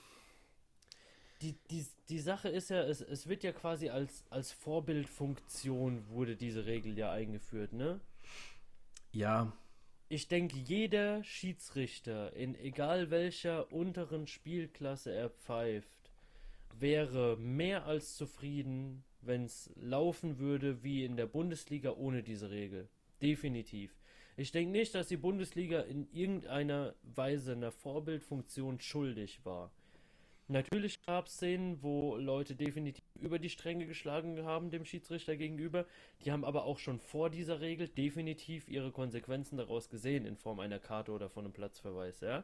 die, die, die Sache ist ja, es, es wird ja quasi als, als Vorbildfunktion wurde diese Regel ja eingeführt, ne? ja, Ich denke, jeder Schiedsrichter, in egal welcher unteren Spielklasse er pfeift, wäre mehr als zufrieden, wenn es laufen würde wie in der Bundesliga ohne diese Regel. Definitiv. Ich denke nicht, dass die Bundesliga in irgendeiner Weise einer Vorbildfunktion schuldig war. Natürlich gab es Szenen, wo Leute definitiv über die Stränge geschlagen haben dem Schiedsrichter gegenüber. Die haben aber auch schon vor dieser Regel definitiv ihre Konsequenzen daraus gesehen in Form einer Karte oder von einem Platzverweis, ja.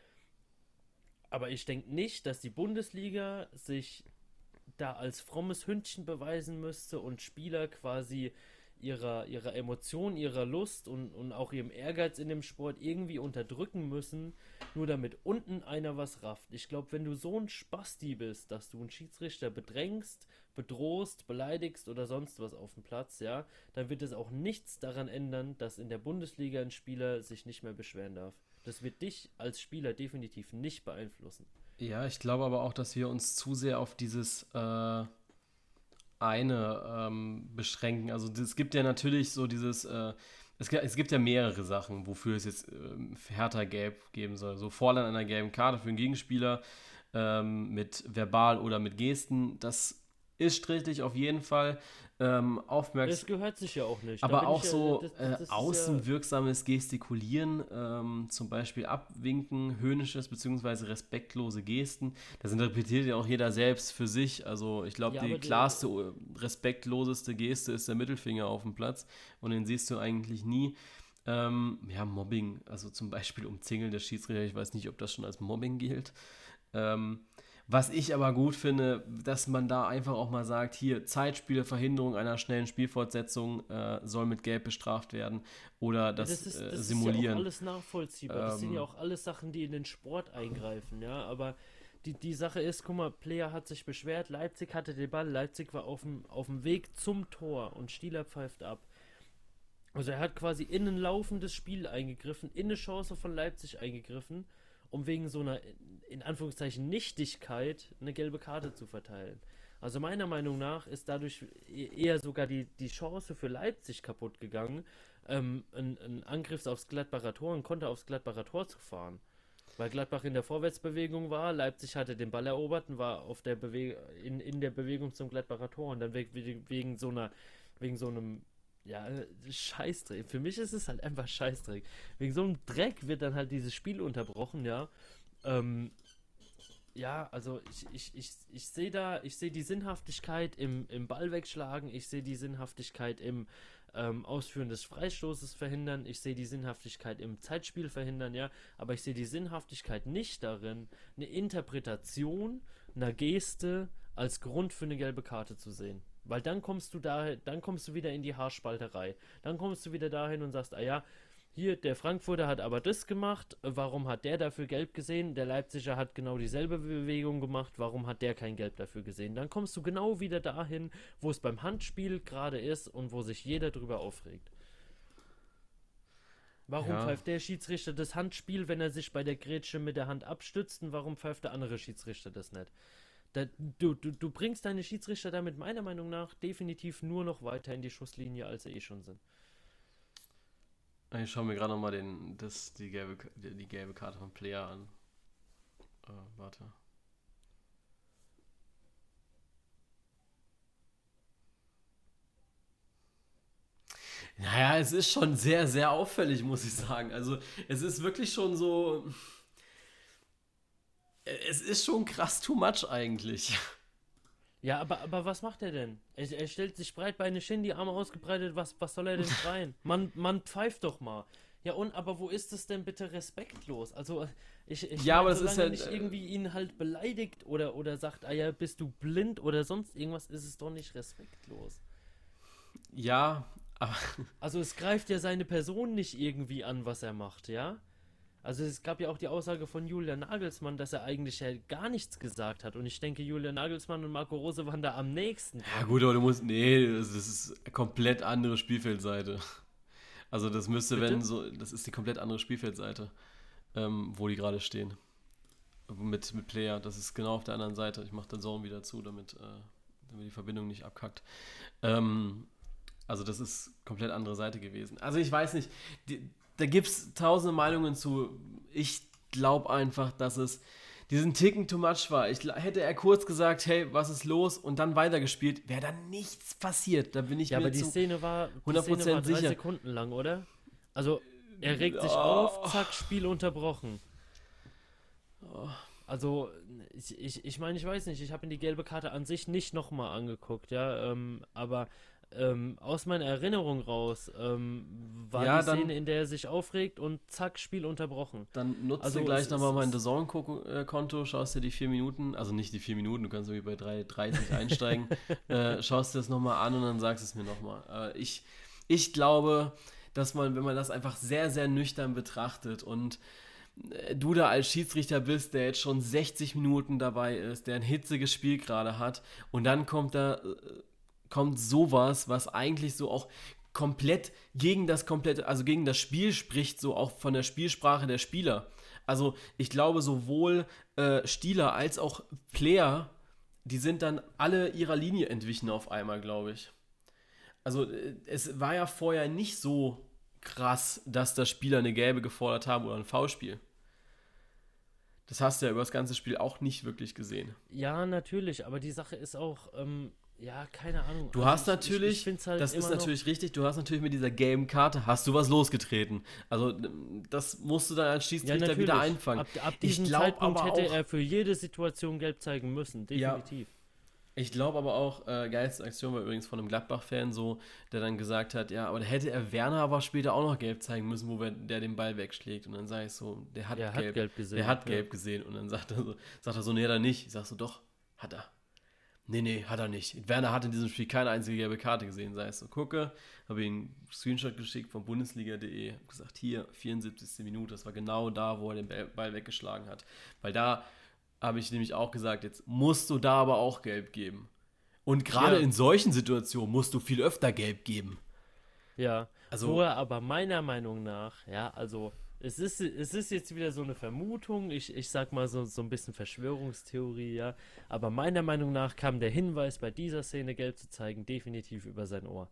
Aber ich denke nicht, dass die Bundesliga sich da als frommes Hündchen beweisen müsste und Spieler quasi ihrer, ihrer Emotion, ihrer Lust und, und auch ihrem Ehrgeiz in dem Sport irgendwie unterdrücken müssen, nur damit unten einer was rafft. Ich glaube, wenn du so ein Spasti bist, dass du einen Schiedsrichter bedrängst, bedrohst, beleidigst oder sonst was auf dem Platz, ja, dann wird es auch nichts daran ändern, dass in der Bundesliga ein Spieler sich nicht mehr beschweren darf. Das wird dich als Spieler definitiv nicht beeinflussen. ja, ich glaube aber auch, dass wir uns zu sehr auf dieses äh, eine ähm, beschränken. Also es gibt ja natürlich so dieses, äh, Es, es gibt ja mehrere Sachen, wofür es jetzt ähm, härter gelb geben soll. So Fordern einer gelben Karte für einen Gegenspieler ähm, mit verbal oder mit Gesten, das ist strittig auf jeden Fall. Ähm, aufmerksam. Das gehört sich ja auch nicht. Da Aber bin auch ich ja, so das, das, äh, das ist ja, außenwirksames Gestikulieren, ähm, zum Beispiel Abwinken, höhnisches bzw. respektlose Gesten, das interpretiert ja auch jeder selbst für sich. Also ich glaube, ja, die aber der, klarste, äh, respektloseste Geste ist der Mittelfinger auf dem Platz und den siehst du eigentlich nie. Ähm, ja, Mobbing, also zum Beispiel Umzingeln der Schiedsrichter, ich weiß nicht, ob das schon als Mobbing gilt. Ähm, Was ich aber gut finde, dass man da einfach auch mal sagt, hier, Zeitspiele, Verhinderung einer schnellen Spielfortsetzung äh, soll mit Gelb bestraft werden oder ja, das, das ist, äh, das ist ja auch Simulieren. alles nachvollziehbar. Das sind ja Ähm, auch alles Sachen, die in den Sport eingreifen, ja. Aber die, die Sache ist, guck mal, Player hat sich beschwert, Leipzig hatte den Ball, Leipzig war auf dem, auf dem Weg zum Tor und Stieler pfeift ab. Also er hat quasi in ein laufendes Spiel eingegriffen, in eine Chance von Leipzig eingegriffen, um wegen so einer, in Anführungszeichen, Nichtigkeit eine gelbe Karte zu verteilen. Also meiner Meinung nach ist dadurch e- eher sogar die, die Chance für Leipzig kaputt gegangen, ähm, ein, ein Angriff aufs Gladbacher Tor, ein Konter aufs Gladbacher Tor zu fahren. Weil Gladbach in der Vorwärtsbewegung war, Leipzig hatte den Ball erobert und war auf der Bewe in, in der Bewegung zum Gladbacher Tor und dann wegen, wegen so einer, wegen so einem ja, Scheißdreck. Für mich ist es halt einfach Scheißdreck. Wegen so einem Dreck wird dann halt dieses Spiel unterbrochen, ja. Ähm, ja, also ich, ich, ich, ich sehe da, ich sehe die Sinnhaftigkeit im, im Ball wegschlagen, ich sehe die Sinnhaftigkeit im ähm, Ausführen des Freistoßes verhindern, ich sehe die Sinnhaftigkeit im Zeitspiel verhindern, ja, aber ich sehe die Sinnhaftigkeit nicht darin, eine Interpretation einer Geste als Grund für eine gelbe Karte zu sehen. Weil dann kommst du da, dann kommst du wieder in die Haarspalterei. Dann kommst du wieder dahin und sagst, ah ja, hier, der Frankfurter hat aber das gemacht, warum hat der dafür gelb gesehen? Der Leipziger hat genau dieselbe Bewegung gemacht, warum hat der kein Gelb dafür gesehen? Dann kommst du genau wieder dahin, wo es beim Handspiel gerade ist und wo sich jeder drüber aufregt. Warum ja, pfeift der Schiedsrichter das Handspiel, wenn er sich bei der Grätsche mit der Hand abstützt, und warum pfeift der andere Schiedsrichter das nicht? Da, du, du, du bringst deine Schiedsrichter damit meiner Meinung nach definitiv nur noch weiter in die Schusslinie, als sie eh schon sind. ich schaue mir gerade nochmal den, das, die, gelbe, die, die gelbe Karte von Player an. Äh, warte. Naja, es ist schon sehr, sehr auffällig, muss ich sagen. Also, es ist wirklich schon so. Es ist schon krass too much eigentlich. Ja, aber, aber was macht er denn? Er, er stellt sich breitbeinig hin, die Arme ausgebreitet, was, was soll er denn schreien? Man, man pfeift doch mal. Ja, und aber wo ist es denn bitte respektlos? Also, ich, ich Ja, mein, aber das solange ist ja. er nicht Äh, irgendwie ihn halt beleidigt oder, oder sagt, ah ja, bist du blind oder sonst irgendwas, ist es doch nicht respektlos. ja, aber. Also, es greift ja seine Person nicht irgendwie an, was er macht, ja? Also es gab ja auch die Aussage von Julian Nagelsmann, dass er eigentlich ja gar nichts gesagt hat. Und ich denke, Julian Nagelsmann und Marco Rose waren da am nächsten. Ja, gut, aber du musst. Nee, das, das ist komplett andere Spielfeldseite. Also, das müsste, Bitte? wenn so. Das ist die komplett andere Spielfeldseite, ähm, wo die gerade stehen. Mit, mit Player. Das ist genau auf der anderen Seite. Ich mache den Zone wieder zu, damit, äh, damit die Verbindung nicht abkackt. Ähm, also, das ist komplett andere Seite gewesen. Also, ich weiß nicht. Die, da gibt es tausende Meinungen zu. Ich glaube einfach, dass es diesen Ticken too much war. Ich, hätte er kurz gesagt, hey, was ist los? Und dann weitergespielt, wäre dann nichts passiert. Da bin ich Ja, mir aber die zu Szene war, die hundert Szene war Prozent drei sicher. Sekunden lang, oder? Also, er regt sich Oh. auf, zack, Spiel unterbrochen. Oh. Also, ich, ich, ich meine, ich weiß nicht, ich habe mir die gelbe Karte an sich nicht nochmal angeguckt, ja, ähm, aber ähm, aus meiner Erinnerung raus ähm, war Ja, die dann- Szene, in der er sich aufregt und zack, Spiel unterbrochen. Dann nutzt Also du gleich es- nochmal es- mein es- D A Z N-Konto, schaust dir die vier Minuten, also nicht die vier Minuten, du kannst irgendwie bei drei dreißig einsteigen, äh, schaust dir das nochmal an und dann sagst es mir nochmal. Äh, ich, ich glaube, dass man, wenn man das einfach sehr, sehr nüchtern betrachtet und äh, du da als Schiedsrichter bist, der jetzt schon sechzig Minuten dabei ist, der ein hitziges Spiel gerade hat und dann kommt da äh, kommt sowas, was eigentlich so auch komplett gegen das komplette, also gegen das Spiel spricht, so auch von der Spielsprache der Spieler. Also ich glaube, sowohl äh, Stieler als auch Player, die sind dann alle ihrer Linie entwichen auf einmal, glaube ich. Also äh, es war ja vorher nicht so krass, dass da Spieler eine gelbe gefordert haben oder ein Foulspiel. Das hast du ja über das ganze Spiel auch nicht wirklich gesehen. Ja, natürlich, aber die Sache ist auch, ähm, ja, keine Ahnung. Du Also hast ich, natürlich, ich, ich find's halt das ist immer noch- natürlich richtig, du hast natürlich mit dieser gelben Karte, hast du was losgetreten. Also das musst du dann als Ja, Schiedsrichter natürlich. wieder einfangen. Ab, ab Ich diesem glaub Zeitpunkt aber hätte auch- er für jede Situation gelb zeigen müssen, definitiv. Ich glaube aber auch, äh, geilste Aktion war übrigens von einem Gladbach-Fan so, der dann gesagt hat, ja, aber da hätte er Werner aber später auch noch gelb zeigen müssen, wo wir, der den Ball wegschlägt. Und dann sage ich so, der hat, Er hat gelb, gelb gesehen. der hat ja. gelb gesehen. Und dann sagt er so, sagt er so, nee, hat er nicht. Ich sag so, doch, hat er. Nee, nee, hat er nicht. Werner hat in diesem Spiel keine einzige gelbe Karte gesehen. Sag ich so, gucke, habe ihm einen Screenshot geschickt von Bundesliga punkt de, hab gesagt, hier, vierundsiebzigste Minute, das war genau da, wo er den Ball weggeschlagen hat. Weil da habe ich nämlich auch gesagt, jetzt musst du da aber auch gelb geben. Und gerade Ja. in solchen Situationen musst du viel öfter gelb geben. Ja, Also- wo er aber meiner Meinung nach, ja, also es ist, es ist jetzt wieder so eine Vermutung, ich, ich sag mal so, so ein bisschen Verschwörungstheorie, ja, aber meiner Meinung nach kam der Hinweis, bei dieser Szene gelb zu zeigen, definitiv über sein Ohr.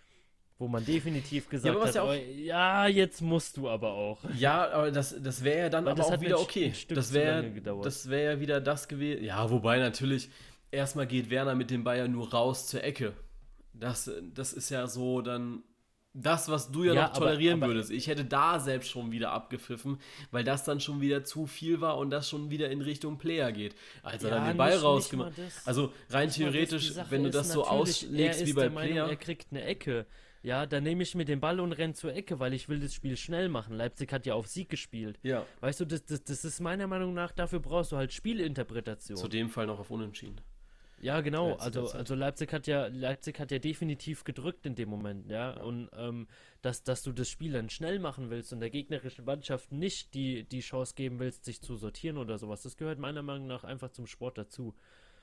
Wo man definitiv gesagt aber was hat, ja auch- oh, ja, jetzt musst du aber auch. Ja, aber das, das wäre ja dann Weil aber das auch hat wieder ein okay. Stück- Stück Das zu wäre lange gedauert. das wär ja wieder das gewesen. Ja, wobei natürlich, erstmal geht Werner mit dem Ball ja nur raus zur Ecke. Das, das ist ja so dann das, was du ja, Ja, noch aber- tolerieren aber- würdest. Ich hätte da selbst schon wieder abgepfiffen, weil das dann schon wieder zu viel war und das schon wieder in Richtung Player geht. Als er Ja, dann den Ball nicht- rausgemacht nicht mal das. Also rein Nicht mal das, theoretisch, die Sache wenn du ist das so natürlich, auslegst er wie ist bei der Meinung, Player. er kriegt eine Ecke. Ja, dann nehme ich mir den Ball und renne zur Ecke, weil ich will das Spiel schnell machen. Leipzig hat ja auf Sieg gespielt. Ja, Weißt du, das, das, das ist meiner Meinung nach, dafür brauchst du halt Spielinterpretation. zu dem Fall noch auf Unentschieden. Ja, genau. Leipzig Also, hat's halt. also Leipzig hat ja Leipzig hat ja definitiv gedrückt in dem Moment, ja. Ja. Und ähm, dass, dass du das Spiel dann schnell machen willst und der gegnerischen Mannschaft nicht die, die Chance geben willst, sich zu sortieren oder sowas, das gehört meiner Meinung nach einfach zum Sport dazu.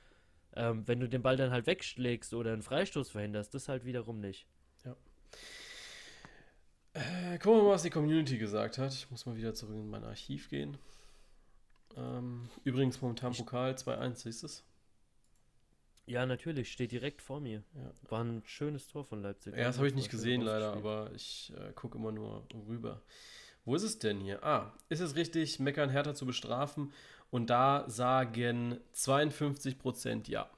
Ähm, wenn du den Ball dann halt wegschlägst oder einen Freistoß verhinderst, das halt wiederum nicht. Äh, gucken wir mal, was die Community gesagt hat. Ich muss mal wieder zurück in mein Archiv gehen. Ähm, übrigens momentan Ich- Pokal zwei eins, siehst du es? Ja, natürlich, steht direkt vor mir. Ja. War ein schönes Tor von Leipzig. Ja, das habe ich nicht War schön gesehen leider, rausgespielt. aber ich äh, gucke immer nur rüber. Wo ist es denn hier? Ah, ist es richtig, Meckern härter zu bestrafen? Und da sagen zweiundfünfzig Prozent ja.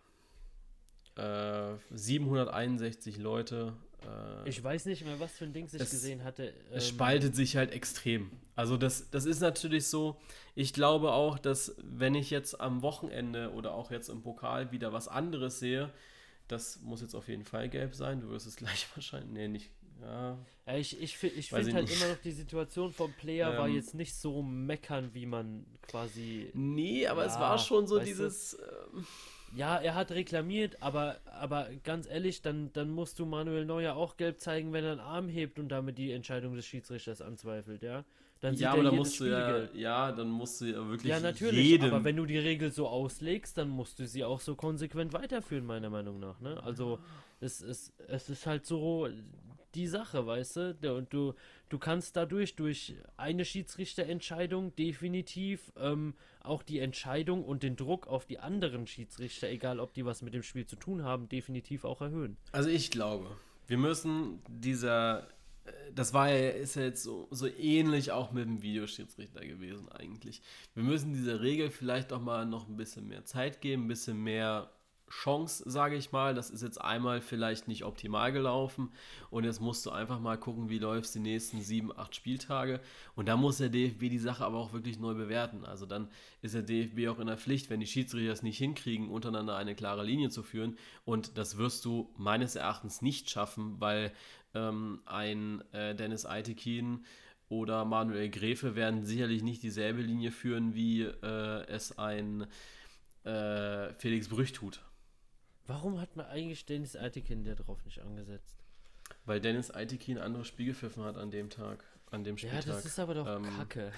Äh, siebenhunderteinundsechzig Leute. Äh, Ich weiß nicht mehr, was für ein Dings ich Es- gesehen hatte. Es ähm, spaltet sich halt extrem. Also das, das ist natürlich so, ich glaube auch, dass wenn ich jetzt am Wochenende oder auch jetzt im Pokal wieder was anderes sehe, das muss jetzt auf jeden Fall gelb sein. Du wirst es gleich wahrscheinlich, nee, nicht, ja. Ja, ich, ich, fi- ich Weiß finde ich halt nicht. immer noch, die Situation vom Player war Ähm, jetzt nicht so meckern, wie man quasi. Nee, aber es Ja, war schon so weißt du? dieses, ähm, Ja, er hat reklamiert, aber, aber ganz ehrlich, dann, dann musst du Manuel Neuer auch gelb zeigen, wenn er einen Arm hebt und damit die Entscheidung des Schiedsrichters anzweifelt, ja? Dann sieht ja, er aber dann jedes musst du Spiel ja, gelb. ja, dann musst du ja wirklich Ja, natürlich, jedem, aber wenn du die Regel so auslegst, dann musst du sie auch so konsequent weiterführen, meiner Meinung nach, ne? Also, es ist, es ist halt so die Sache, weißt du? Der- Und du, du kannst dadurch, durch eine Schiedsrichterentscheidung definitiv ähm, auch die Entscheidung und den Druck auf die anderen Schiedsrichter, egal ob die was mit dem Spiel zu tun haben, definitiv auch erhöhen. also ich glaube, wir müssen dieser, äh, das war ja, ist ja jetzt so, so ähnlich auch mit dem Videoschiedsrichter gewesen eigentlich. Wir müssen dieser Regel vielleicht auch mal noch ein bisschen mehr Zeit geben, ein bisschen mehr Chance, sage ich mal. Das ist jetzt einmal vielleicht nicht optimal gelaufen und jetzt musst du einfach mal gucken, wie läuft es die nächsten sieben, acht Spieltage und da muss der D F B die Sache aber auch wirklich neu bewerten. Also dann ist der D F B auch in der Pflicht, wenn die Schiedsrichter es nicht hinkriegen, untereinander eine klare Linie zu führen und das wirst du meines Erachtens nicht schaffen, weil ähm, ein äh, Dennis Eitekin oder Manuel Gräfe werden sicherlich nicht dieselbe Linie führen, wie äh, es ein äh, Felix Brüch tut. Warum hat man eigentlich Dennis Eitekin der drauf nicht angesetzt? Weil Dennis Eitekin ein anderes Spiel gepfiffen hat an dem Tag, an dem Ja, Spieltag. das ist aber doch Ähm, Kacke.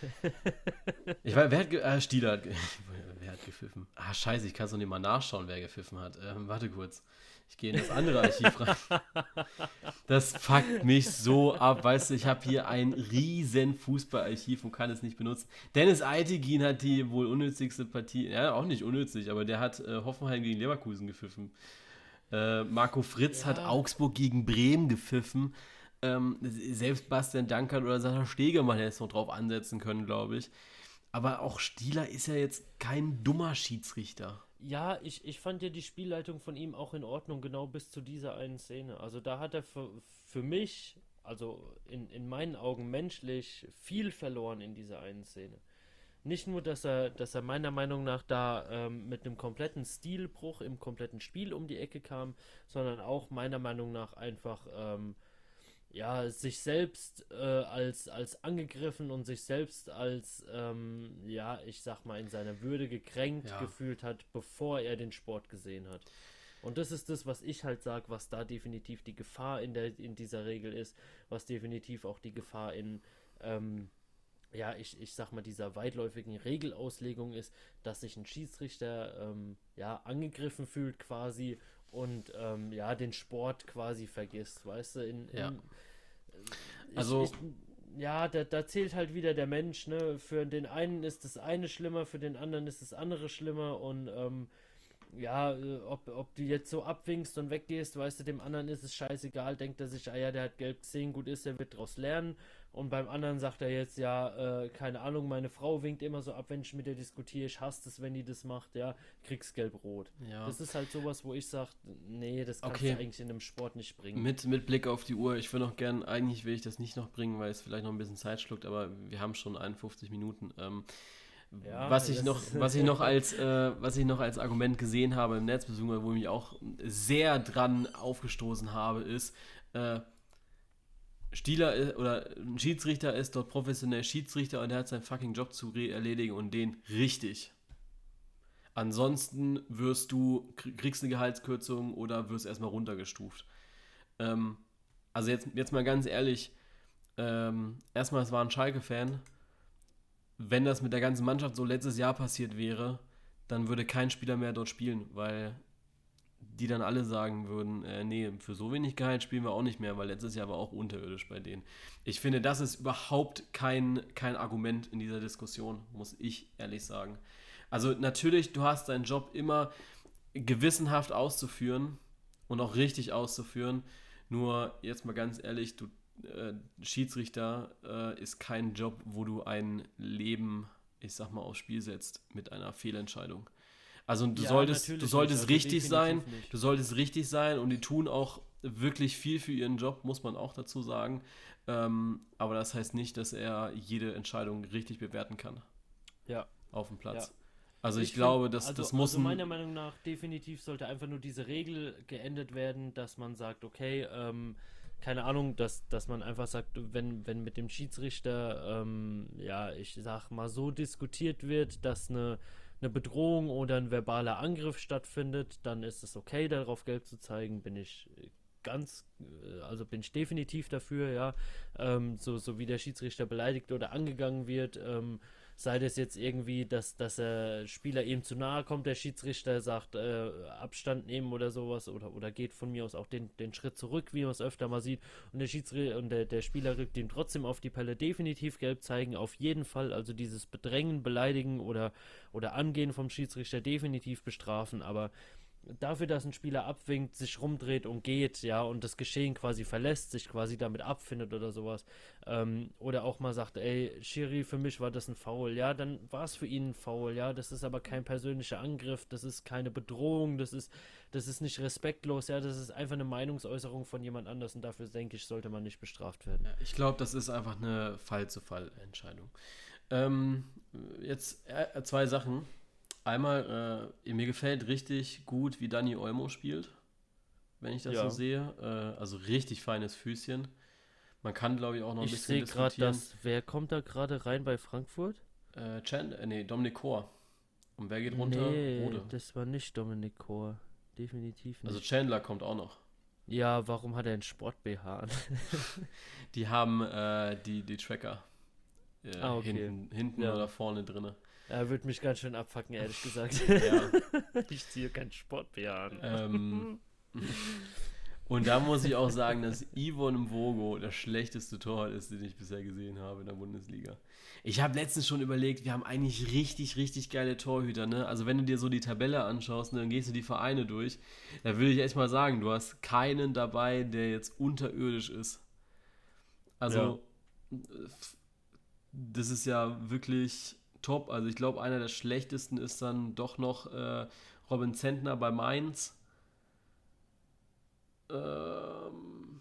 Ich weiß, wer hat, ge äh, Stieler hat, ge wer hat gepfiffen? Ah, scheiße, ich kann es noch nicht mal nachschauen, wer gepfiffen hat. Ähm, warte kurz. Ich gehe in das andere Archiv rein. Das fuckt mich so ab, weißt du, ich habe hier ein riesen Fußballarchiv und kann es nicht benutzen. Dennis Eitekin hat die wohl unnützigste Partie, ja, auch nicht unnützig, aber der hat äh, Hoffenheim gegen Leverkusen gepfiffen. Äh, Marco Fritz Ja. hat Augsburg gegen Bremen gepfiffen. Ähm, selbst Bastian Dankert oder Sascha Stegemann hätte es noch drauf ansetzen können, glaube ich. Aber auch Stieler ist ja jetzt kein dummer Schiedsrichter. Ja, ich, ich fand ja die Spielleitung von ihm auch in Ordnung, genau bis zu dieser einen Szene. Also da hat er für, für mich, also in, in meinen Augen menschlich, viel verloren in dieser einen Szene. Nicht nur, dass er, dass er meiner Meinung nach da ähm, mit einem kompletten Stilbruch im kompletten Spiel um die Ecke kam, sondern auch meiner Meinung nach einfach ähm, ja, sich selbst äh, als, als angegriffen und sich selbst als, ähm, ja, ich sag mal, in seiner Würde gekränkt Ja. gefühlt hat, bevor er den Sport gesehen hat. Und das ist das, was ich halt sage, was da definitiv die Gefahr in, der, in dieser Regel ist, was definitiv auch die Gefahr in, ähm, ja, ich, ich sag mal, dieser weitläufigen Regelauslegung ist, dass sich ein Schiedsrichter, ähm, ja, angegriffen fühlt quasi und, ähm, ja, den Sport quasi vergisst, weißt du, in, in Ja. ich, Also- ich, ja, da, da zählt halt wieder der Mensch, ne? Für den einen ist das eine schlimmer, für den anderen ist das andere schlimmer und ähm, ja, äh, ob, ob du jetzt so abwinkst und weggehst, weißt du, dem anderen ist es scheißegal, denkt er sich, ah ja, der hat gelb gesehen, gut ist, er wird daraus lernen. Und beim anderen sagt er jetzt, ja, äh, keine Ahnung, meine Frau winkt immer so ab, wenn ich mit ihr diskutiere, ich hasse es, wenn die das macht, ja, kriegst gelb-rot. Ja. Das ist halt sowas, wo ich sage, nee, das kannst Okay. du eigentlich in einem Sport nicht bringen. Mit, mit Blick auf die Uhr, ich würde noch gern, eigentlich will ich das nicht noch bringen, weil es vielleicht noch ein bisschen Zeit schluckt, aber wir haben schon einundfünfzig Minuten. Ähm, Ja, was ich das noch, ist- was ich noch als, äh, was ich noch als Argument gesehen habe im Netz, beziehungsweise wo ich mich auch sehr dran aufgestoßen habe, ist, äh, Stieler ist, oder ein Schiedsrichter ist dort professionell Schiedsrichter und der hat seinen fucking Job zu re- erledigen und den richtig. Ansonsten wirst du, krie- kriegst eine Gehaltskürzung oder wirst erstmal runtergestuft. Ähm, also jetzt, jetzt mal ganz ehrlich, ähm, erstmal, es war ein Schalke-Fan. Wenn das mit der ganzen Mannschaft so letztes Jahr passiert wäre, dann würde kein Spieler mehr dort spielen, weil die dann alle sagen würden, äh, nee, für so wenig Gehalt spielen wir auch nicht mehr, weil letztes Jahr war auch unterirdisch bei denen. Ich finde, das ist überhaupt kein, kein Argument in dieser Diskussion, muss ich ehrlich sagen. Also natürlich, du hast deinen Job immer gewissenhaft auszuführen und auch richtig auszuführen, nur jetzt mal ganz ehrlich, du äh, Schiedsrichter äh, ist kein Job, wo du ein Leben, ich sag mal, aufs Spiel setzt mit einer Fehlentscheidung. Also du Ja, solltest, natürlich du solltest nicht, also richtig sein, definitiv nicht. du solltest richtig sein und die tun auch wirklich viel für ihren Job, muss man auch dazu sagen. Ähm, aber das heißt nicht, dass er jede Entscheidung richtig bewerten kann Ja. auf dem Platz. Ja. Also ich, Ich glaube, find, dass also, das muss also ein, meiner Meinung nach definitiv sollte einfach nur diese Regel geändert werden, dass man sagt, okay, ähm, keine Ahnung, dass, dass man einfach sagt, wenn, wenn mit dem Schiedsrichter, ähm, ja, ich sag mal so diskutiert wird, dass eine, eine Bedrohung oder ein verbaler Angriff stattfindet, dann ist es okay, darauf gelb zu zeigen, bin ich ganz, äh, also bin ich definitiv dafür, ja, ähm, so, so wie der Schiedsrichter beleidigt oder angegangen wird, ähm, sei das jetzt irgendwie, dass, dass der Spieler ihm zu nahe kommt, der Schiedsrichter sagt, äh, Abstand nehmen oder sowas oder, oder geht von mir aus auch den, den Schritt zurück, wie man es öfter mal sieht und der Schiedsrichter und der, der Spieler rückt ihm trotzdem auf die Pelle, definitiv gelb zeigen, auf jeden Fall, also dieses Bedrängen, Beleidigen oder, oder Angehen vom Schiedsrichter definitiv bestrafen, aber dafür, dass ein Spieler abwinkt, sich rumdreht und geht, ja, und das Geschehen quasi verlässt, sich quasi damit abfindet oder sowas, ähm, oder auch mal sagt, ey, Schiri, für mich war das ein Foul, ja, dann war es für ihn ein Foul, ja, das ist aber kein persönlicher Angriff, das ist keine Bedrohung, das ist, das ist nicht respektlos, ja, das ist einfach eine Meinungsäußerung von jemand anders und dafür, denke ich, sollte man nicht bestraft werden. ja, ich glaube, das ist einfach eine Fall-zu-Fall-Entscheidung. Ähm, jetzt äh, zwei Sachen. Einmal, äh, mir gefällt richtig gut, wie Dani Olmo spielt, wenn ich das Ja. so sehe. Äh, also richtig feines Füßchen. Man kann, glaube ich, auch noch ein Ich bisschen sehe gerade, diskutieren. dass, wer kommt da gerade rein bei Frankfurt? Äh, Chan, äh, nee, Dominik Kor. Und wer geht runter? Nee, Rode. das war nicht Dominik Kor. Definitiv nicht. Also Chandler kommt auch noch. Ja, warum hat er einen Sport-B H an? Die haben äh, die, die Tracker äh, Ah, okay. hinten, hinten Ja. oder vorne drin. Er würde mich ganz schön abfacken, ehrlich gesagt. Ja. Ich ziehe keinen Sport-B H an. ähm, und da muss ich auch sagen, dass Yvonne Mvogo der schlechteste Torwart ist, den ich bisher gesehen habe in der Bundesliga. Ich habe letztens schon überlegt, wir haben eigentlich richtig, richtig geile Torhüter, ne? Also wenn du dir so die Tabelle anschaust, ne, dann gehst du die Vereine durch, da würde ich echt mal sagen, du hast keinen dabei, der jetzt unterirdisch ist. Also, ja. Das ist ja wirklich top. Also, ich glaube, einer der schlechtesten ist dann doch noch äh, Robin Zentner bei Mainz. Ähm,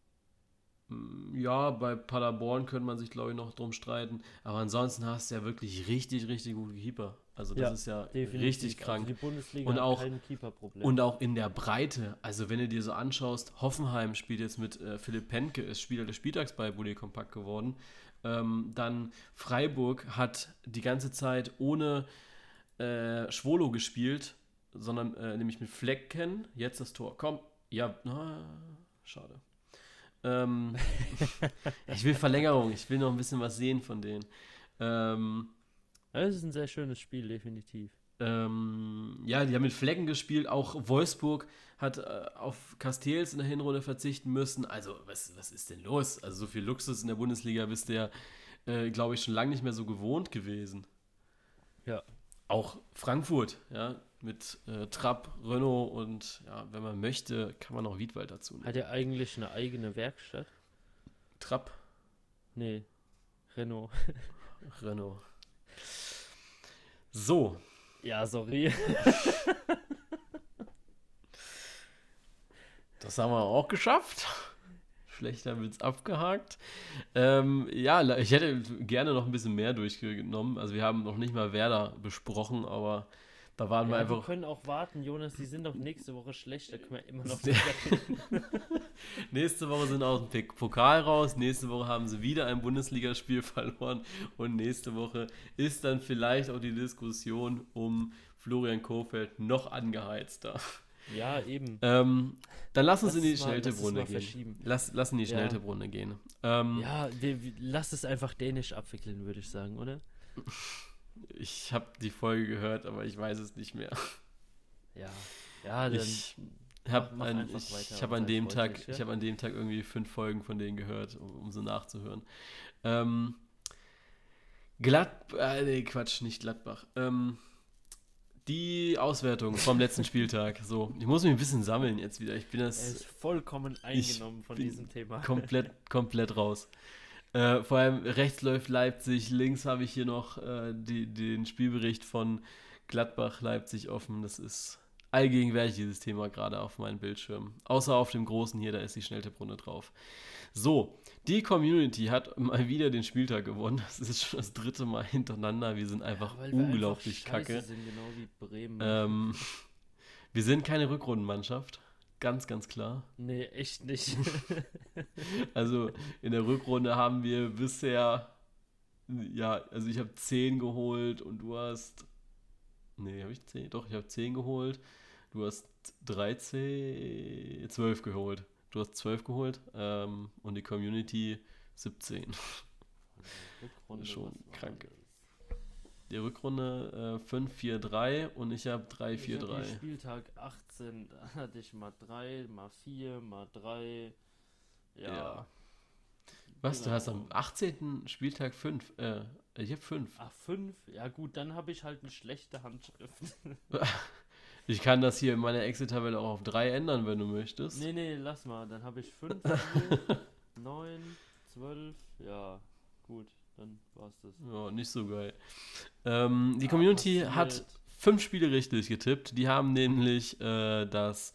ja, bei Paderborn könnte man sich, glaube ich, noch drum streiten. Aber ansonsten hast du ja wirklich richtig, richtig gute Keeper. Also das Ja, ist ja definitiv. richtig krank. Also die Bundesliga und hat auch, kein Keeper-Problem. Und auch in der Breite. Also wenn du dir so anschaust, Hoffenheim spielt jetzt mit äh, Philipp Penke, ist Spieler des Spieltags bei Bully Kompakt geworden. Ähm, dann Freiburg hat die ganze Zeit ohne äh, Schwolo gespielt, sondern äh, nämlich mit Flecken. Jetzt das Tor. Komm, ja, na, schade. Ähm, ich will Verlängerung, ich will noch ein bisschen was sehen von denen. Ähm, Es ist ein sehr schönes Spiel, definitiv. Ähm, ja, die haben mit Flecken gespielt. Auch Wolfsburg hat äh, auf Castells in der Hinrunde verzichten müssen. Also, was, was ist denn los? Also, so viel Luxus in der Bundesliga bist du ja, äh, glaube ich, schon lange nicht mehr so gewohnt gewesen. Ja. Auch Frankfurt, ja, mit äh, Trapp, Renault und, ja, wenn man möchte, kann man auch Wiedwald dazu nehmen. Hat er eigentlich eine eigene Werkstatt? Trapp? Nee, Renault. Renault. So. Ja, sorry. Das haben wir auch geschafft. Schlechter wird's abgehakt. Ähm, ja, ich hätte gerne noch ein bisschen mehr durchgenommen. Also wir haben noch nicht mal Werder besprochen, aber da waren Ja, wir einfach... wir können auch warten, Jonas, die sind doch nächste Woche schlecht, da können wir immer noch... Nächste Woche sind aus dem Pokal raus, nächste Woche haben sie wieder ein Bundesligaspiel verloren und nächste Woche ist dann vielleicht auch die Diskussion um Florian Kohfeldt noch angeheizter. Ja, eben. Ähm, dann lass uns lass in die mal, Schnelltipprunde gehen. Lass, lass in die Schnelltipprunde ja. gehen. Ähm, ja, wir, wir, lass es einfach dänisch abwickeln, würde ich sagen, oder? Ich habe die Folge gehört, aber ich weiß es nicht mehr. Ja, ja, dann ich habe mach, mach an, ich, ich hab an dem Tag, ja? ich habe an dem Tag irgendwie fünf Folgen von denen gehört, um, um so nachzuhören. Ähm, Glatt, äh, nee, Quatsch, nicht Gladbach. Ähm, die Auswertung vom letzten Spieltag. So, ich muss mich ein bisschen sammeln jetzt wieder. Ich bin das. Er ist vollkommen eingenommen von diesem Thema. Komplett, komplett raus. Äh, vor allem rechts läuft Leipzig, links habe ich hier noch äh, die, den Spielbericht von Gladbach-Leipzig offen. Das ist allgegenwärtig, dieses Thema gerade auf meinem Bildschirm. Außer auf dem großen hier, da ist die Schnelltipprunde drauf. So, die Community hat mal wieder den Spieltag gewonnen. Das ist schon das dritte Mal hintereinander. Wir sind einfach ja, unglaublich wir einfach kacke. Sind, genau wie Bremen. Ähm, wir sind keine Rückrundenmannschaft. Ganz, ganz klar. Nee, echt nicht. Also in der Rückrunde haben wir bisher, ja, also ich habe zehn geholt und du hast, nee, habe ich zehn? Doch, ich habe zehn geholt. Du hast dreizehn, zwölf geholt. Du hast zwölf geholt ähm, und die Community siebzehn. Rückrunde schon krank. Die Rückrunde äh, fünf vier drei und ich habe drei vier drei. Ich hab Spieltag achtzehn, da hatte ich mal drei, mal vier, mal drei. Ja. ja. Was, genau. Du hast am achtzehnten Spieltag fünf? Äh, ich habe fünf. Ach, fünf? Ja gut, dann habe ich halt eine schlechte Handschrift. Ich kann das hier in meiner Excel-Tabelle auch auf drei ändern, wenn du möchtest. Nee, nee, lass mal. Dann habe ich fünf, neun, zwölf, ja, gut. Dann war's das. Ja, nicht so geil. Ähm, die ja, Community passiert. hat fünf Spiele richtig getippt. Die haben nämlich äh, das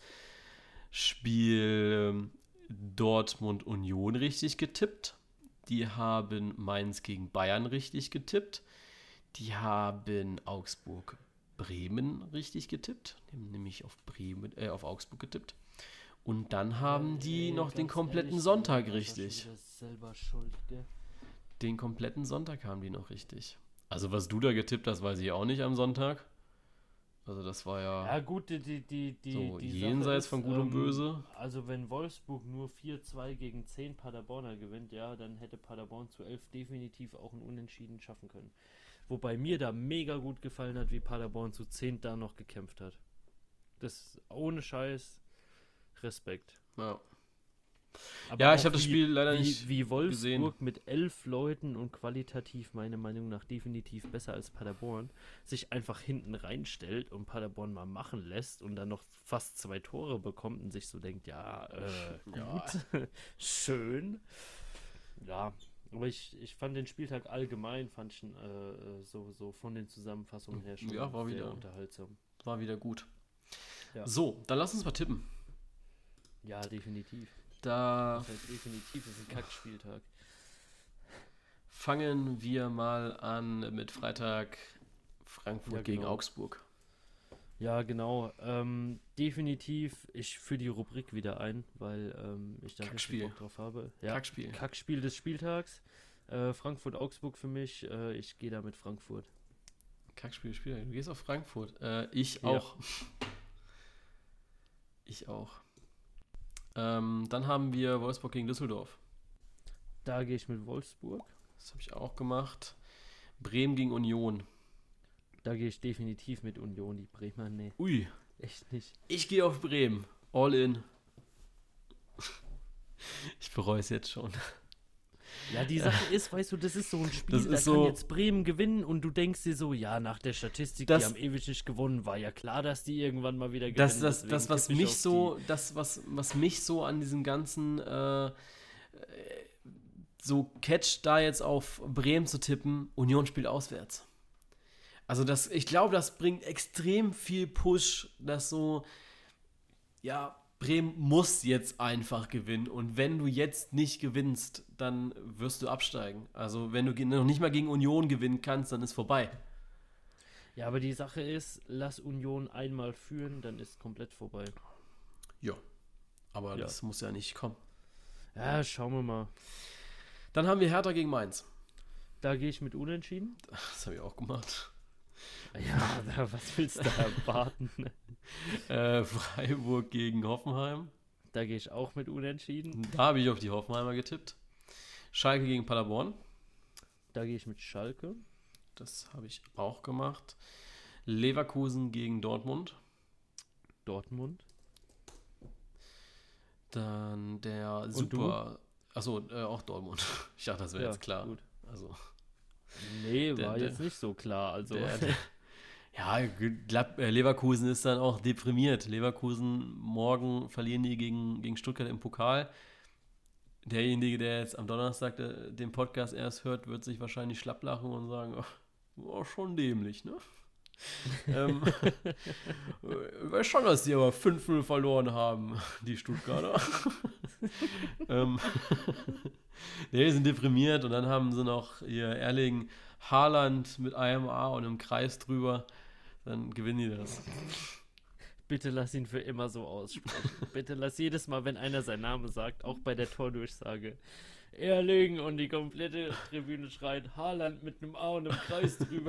Spiel äh, Dortmund-Union richtig getippt. Die haben Mainz gegen Bayern richtig getippt. Die haben Augsburg-Bremen richtig getippt. Die haben nämlich auf, Bremen, äh, auf Augsburg getippt. Und dann haben die äh, noch den kompletten ehrlich, Sonntag richtig. Selber schuld, gell? Den kompletten Sonntag haben die noch richtig. Also was du da getippt hast, weiß ich auch nicht am Sonntag. Also das war ja, ja gut, die, die, die, die, so die jenseits ist, von Gut ähm, und Böse. Also wenn Wolfsburg nur vier zwei gegen zehn Paderborner gewinnt, ja, dann hätte Paderborn zu elf definitiv auch ein Unentschieden schaffen können. Wobei mir da mega gut gefallen hat, wie Paderborn zu zehn da noch gekämpft hat. Das ohne Scheiß Respekt. Ja. Aber ja, ich habe das Spiel leider wie, nicht wie Wolfsburg gesehen. Mit elf Leuten und qualitativ meiner Meinung nach definitiv besser als Paderborn sich einfach hinten reinstellt und Paderborn mal machen lässt und dann noch fast zwei Tore bekommt und sich so denkt, ja, äh, gut, ja. schön. Ja, aber ich, ich fand den Spieltag allgemein, fand ich ihn, äh, so, so von den Zusammenfassungen her schon Ja, war sehr wieder, unterhaltsam. war wieder gut. Ja. So, dann lass uns mal tippen. Ja, definitiv. Da Das heißt definitiv, ist ein Kackspieltag. fangen wir mal an mit Freitag Frankfurt Ja, gegen genau. Augsburg. Ja, genau. Ähm, definitiv, ich führe die Rubrik wieder ein, weil ähm, ich da richtig Kackspiel. Bock drauf habe. Ja, Kackspiel. Kackspiel des Spieltags. Äh, Frankfurt-Augsburg für mich. Äh, ich gehe da mit Frankfurt. Kackspiel, Spiel. Du gehst auf Frankfurt. Äh, ich Ja. auch. Ich auch. Ähm, dann haben wir Wolfsburg gegen Düsseldorf. Da gehe ich mit Wolfsburg. Das habe ich auch gemacht. Bremen gegen Union. Da gehe ich definitiv mit Union. Die Bremer, nee, Ui. echt nicht. Ich gehe auf Bremen. All in. Ich bereue es jetzt schon. Ja, die Sache ist, weißt du, das ist so ein Spiel, Das da ist kann so- jetzt Bremen gewinnen und du denkst dir so, ja, nach der Statistik, Das- die haben ewig nicht gewonnen, war ja klar, dass die irgendwann mal wieder gewinnen. Das, das, deswegen das was tippe ich mich auf so, das, was, was mich so an diesem ganzen äh, äh, so Catch da jetzt auf Bremen zu tippen, Union spielt auswärts. Also das, ich glaube, das bringt extrem viel Push, dass so, ja, Bremen muss jetzt einfach gewinnen und wenn du jetzt nicht gewinnst, dann wirst du absteigen. Also wenn du ge- noch nicht mal gegen Union gewinnen kannst, dann ist vorbei. die. Ja, aber die Sache ist, lass Union einmal führen, dann ist komplett vorbei. Ja, aber Ja. das muss ja nicht kommen. Ja, schauen wir mal. Dann haben wir Hertha gegen Mainz. Da gehe ich mit Unentschieden. Das habe ich auch gemacht. Ja, da, was willst du da erwarten? Äh, Freiburg gegen Hoffenheim. Da gehe ich auch mit Unentschieden. Da habe ich auf die Hoffenheimer getippt. Schalke gegen Paderborn. Da gehe ich mit Schalke. Das habe ich auch gemacht. Leverkusen gegen Dortmund. Dortmund. Dann der Und super. Achso, äh, auch Dortmund. Ich dachte, das wäre Ja, jetzt klar. gut. Also, Nee, Der- war der- jetzt nicht so klar. Also, der, der, ja, Glad, äh, Leverkusen ist dann auch deprimiert. Leverkusen, morgen verlieren die gegen, gegen Stuttgart im Pokal. Derjenige, der jetzt am Donnerstag äh, den Podcast erst hört, wird sich wahrscheinlich schlapp lachen und sagen, ach, war schon dämlich, ne? ähm, ich weiß schon, dass die aber fünf null verloren haben, die Stuttgarter. ähm, nee, die sind deprimiert und dann haben sie noch ihr Erling Haaland mit I M A und im Kreis drüber. Dann gewinnen die das. bitte lass ihn für immer so aussprechen. Bitte lass jedes Mal, wenn einer seinen Namen sagt, auch bei der Tordurchsage, Erling und die komplette Tribüne schreit, Haaland mit einem A und einem Kreis drüber.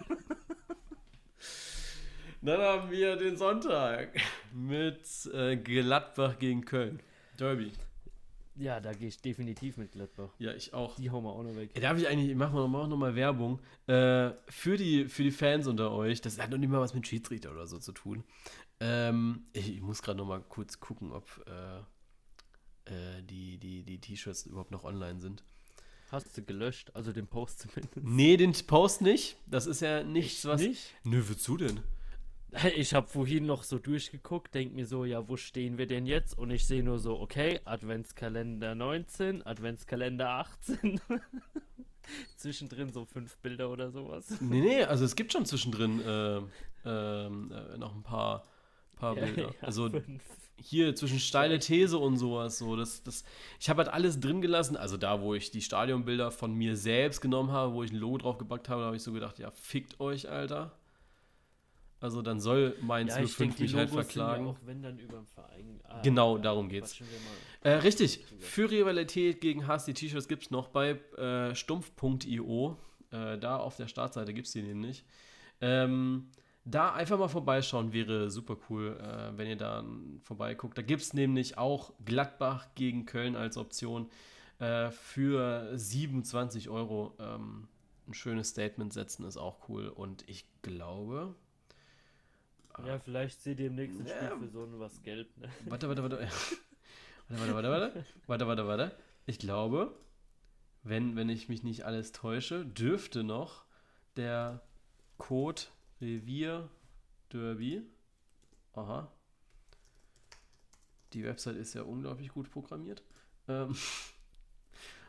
Dann haben wir den Sonntag mit äh, Gladbach gegen Köln. Derby. Ja, da gehe ich definitiv mit Gladbach. Ja, ich auch. Die hauen wir auch noch weg. Ey, darf ich eigentlich, machen wir noch, noch mal Werbung, äh, für, die, für die Fans unter euch, das hat noch nicht mal was mit Schiedsrichter oder so zu tun. Ähm, ich, ich muss gerade noch mal kurz gucken, ob äh, äh, die, die, die T-Shirts überhaupt noch online sind. Hast du gelöscht? Also den Post zumindest. Nee, den Post nicht. Das ist ja nichts, Echt was... nicht? Nö, wozu denn? Ich habe vorhin noch so durchgeguckt, denk mir so, ja, wo stehen wir denn jetzt? Und ich sehe nur so, okay, Adventskalender neunzehn, Adventskalender achtzehn. Zwischendrin so fünf Bilder oder sowas. Nee, nee, also es gibt schon zwischendrin äh, ähm, äh, noch ein paar, paar Ja, Bilder. ja, Also fünf. hier zwischen steile These und sowas. So, das, das, ich habe halt alles drin gelassen. Also da, wo ich die Stadionbilder von mir selbst genommen habe, wo ich ein Logo drauf gepackt habe, da habe ich so gedacht, ja, fickt euch, Alter. Also dann soll Mainz Ja, null ich fünf denke, die mich halt Logos sind ja verklagen. auch, wenn dann über den Verein. Ah, Genau, ja, darum geht's. quatschen wir mal. Äh, richtig, für Rivalität gegen Hass, die T-Shirts gibt es noch bei äh, stumpf punkt io. Äh, da auf der Startseite gibt es die nämlich. Ähm, da einfach mal vorbeischauen, wäre super cool, äh, wenn ihr da vorbeiguckt. Da gibt es nämlich auch Gladbach gegen Köln als Option äh, für siebenundzwanzig Euro. Ähm, ein schönes Statement setzen ist auch cool und ich glaube... Ja, vielleicht seht ihr im nächsten Ja. Spiel für so ein was gelb, ne? Warte, warte, warte. Warte, warte, warte, warte. Warte, warte, warte. Ich glaube, wenn, wenn ich mich nicht alles täusche, dürfte noch der Code Revier Derby. Aha. Die Website ist ja unglaublich gut programmiert. Ähm,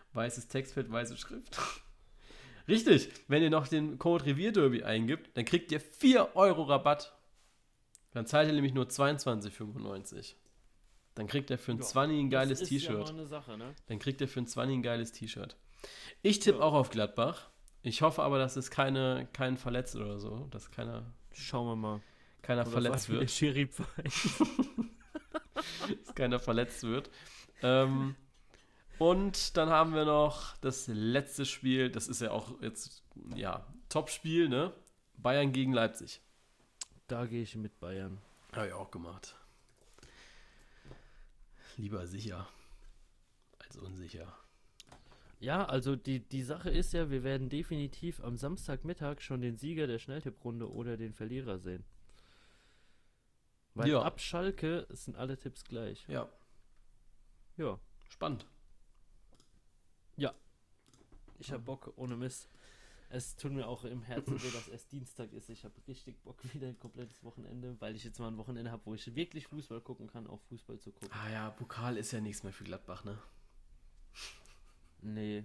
weißes Textfeld, weiße Schrift. Richtig, wenn ihr noch den Code Revierderby eingibt, dann kriegt ihr vier Euro Rabatt. Dann zahlt ihr nämlich nur zweiundzwanzig fünfundneunzig. Dann kriegt er für ein Ja, zwanzig ein geiles das ist ja T-Shirt. mal eine Sache, ne? Dann kriegt er für ein zwanzig ein geiles T-Shirt. Ich tippe Ja. auch auf Gladbach. Ich hoffe aber, dass es keine, kein verletzt oder so, dass keiner, Schauen wir mal. keiner Oder verletzt was der wird. Schiri pfeift. dass keiner verletzt wird. Ähm, und dann haben wir noch das letzte Spiel, das ist ja auch jetzt, ja, Top-Spiel, ne? Bayern gegen Leipzig. Da gehe ich mit Bayern. Habe ich auch gemacht. Lieber sicher als unsicher. Ja, also die, die Sache ist ja, wir werden definitiv am Samstagmittag schon den Sieger der Schnelltipprunde oder den Verlierer sehen. Weil Ja. ab Schalke sind alle Tipps gleich. Ja, Ja, spannend. ich hab Bock, ohne Mist. Es tut mir auch im Herzen weh, dass es Dienstag ist. Ich habe richtig Bock, wieder ein komplettes Wochenende, weil ich jetzt mal ein Wochenende habe, wo ich wirklich Fußball gucken kann, auch Fußball zu gucken. Ah ja, Pokal ist ja nichts mehr für Gladbach, ne? Nee.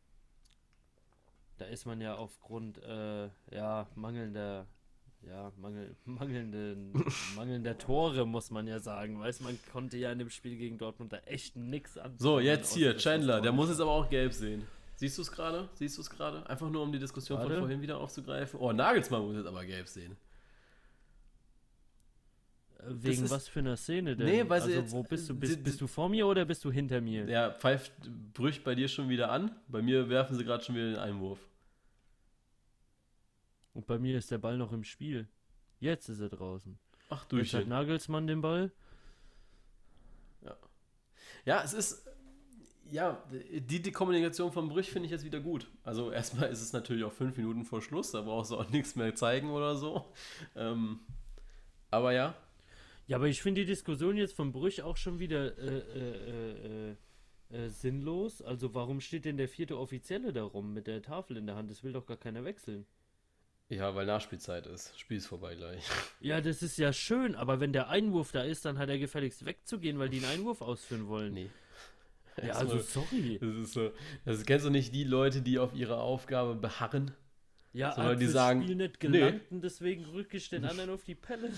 Da ist man ja aufgrund äh, ja, mangelnder, ja, Mangel, mangelnden, mangelnder Tore, muss man ja sagen. Weiß man konnte ja in dem Spiel gegen Dortmund da echt nix an. So, jetzt hier, Chandler, der muss jetzt aber auch gelb sehen. Siehst du es gerade? Siehst du es gerade? Einfach nur, um die Diskussion Warte. von vorhin wieder aufzugreifen. Oh, Nagelsmann muss jetzt aber gelb sehen. Wegen ist- was für einer Szene denn? Nee, weil sie also, jetzt- wo bist du? sie- Bist, bist du vor mir oder bist du hinter mir? Der pfeift, brücht bei dir schon wieder an. Bei mir werfen sie gerade schon wieder den Einwurf. Und bei mir ist der Ball noch im Spiel. Jetzt ist er draußen. Ach, Jetzt hat durch. Nagelsmann den Ball. Ja, es ist. Ja, die, die Kommunikation von Brüch finde ich jetzt wieder gut. Also erstmal ist es natürlich auch fünf Minuten vor Schluss, da brauchst du auch nichts mehr zeigen oder so. Ähm, aber ja, Ja, aber ich finde die Diskussion jetzt von Brüch auch schon wieder äh, äh, äh, äh, sinnlos. Also warum steht denn der vierte Offizielle da rum mit der Tafel in der Hand? Das will doch gar keiner wechseln. ja, weil Nachspielzeit ist. Spiel ist vorbei gleich. Ja, das ist ja schön, aber wenn der Einwurf da ist, dann hat er gefälligst wegzugehen, weil die einen Einwurf ausführen wollen. Nee. Ja, also sorry. Das ist so. Das kennst du nicht die Leute, die auf ihre Aufgabe beharren? Ja, Sondern hat die fürs sagen, Spiel nicht nee. gelangt und deswegen rück ich den anderen auf die Pelle.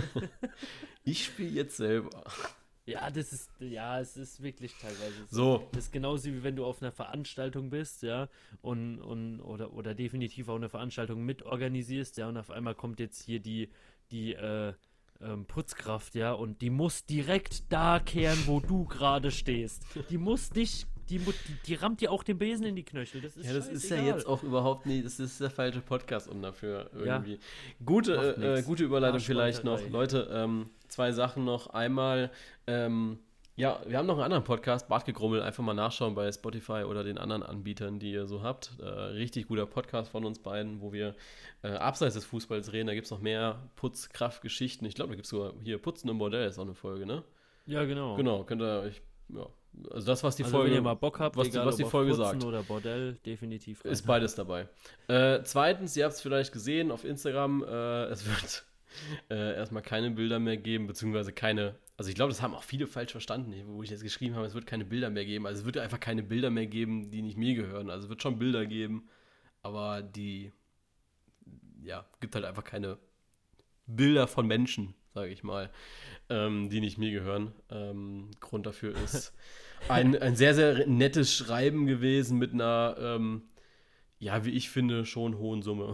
Ich spiele jetzt selber. Ja, das ist, ja, es ist wirklich teilweise So. Das ist genauso wie wenn du auf einer Veranstaltung bist, ja, und, und oder, oder definitiv auch eine Veranstaltung mitorganisierst, ja, und auf einmal kommt jetzt hier die, die äh, ähm, Putzkraft, ja, und die muss direkt da kehren, wo du gerade stehst. Die muss dich, die, mu- die, die rammt dir auch den Besen in die Knöchel. Das ist Ja, das ist ja scheißegal. jetzt auch überhaupt nicht, das ist der falsche Podcast um dafür Ja. irgendwie. Gute, Macht äh, nix. gute Überleitung vielleicht noch. Arschleuterei. Leute, ähm, zwei Sachen noch. Einmal, ähm, ja, wir haben noch einen anderen Podcast, Bartgegrummel, einfach mal nachschauen bei Spotify oder den anderen Anbietern, die ihr so habt. Äh, richtig guter Podcast von uns beiden, wo wir äh, abseits des Fußballs reden. Da gibt es noch mehr Putzkraftgeschichten. Ich glaube, da gibt es sogar hier Putzen im Bordell, ist auch eine Folge, ne? Ja, genau. Genau, könnt ihr, ich, ja, also das, was die Also Folge, wenn ihr mal Bock habt, was die- egal was die ob auf Folge Putzen sagt. oder Bordell, definitiv rein. Ist beides dabei. Äh, zweitens, ihr habt es vielleicht gesehen auf Instagram, äh, es wird äh, erstmal keine Bilder mehr geben, beziehungsweise keine, also ich glaube, das haben auch viele falsch verstanden, wo ich jetzt geschrieben habe, es wird keine Bilder mehr geben. Also es wird einfach keine Bilder mehr geben, die nicht mir gehören. Also es wird schon Bilder geben, aber die, ja, gibt halt einfach keine Bilder von Menschen, sage ich mal, ähm, die nicht mir gehören. Ähm, Grund dafür ist ein, ein sehr, sehr nettes Schreiben gewesen mit einer, ähm, ja, wie ich finde, schon hohen Summe.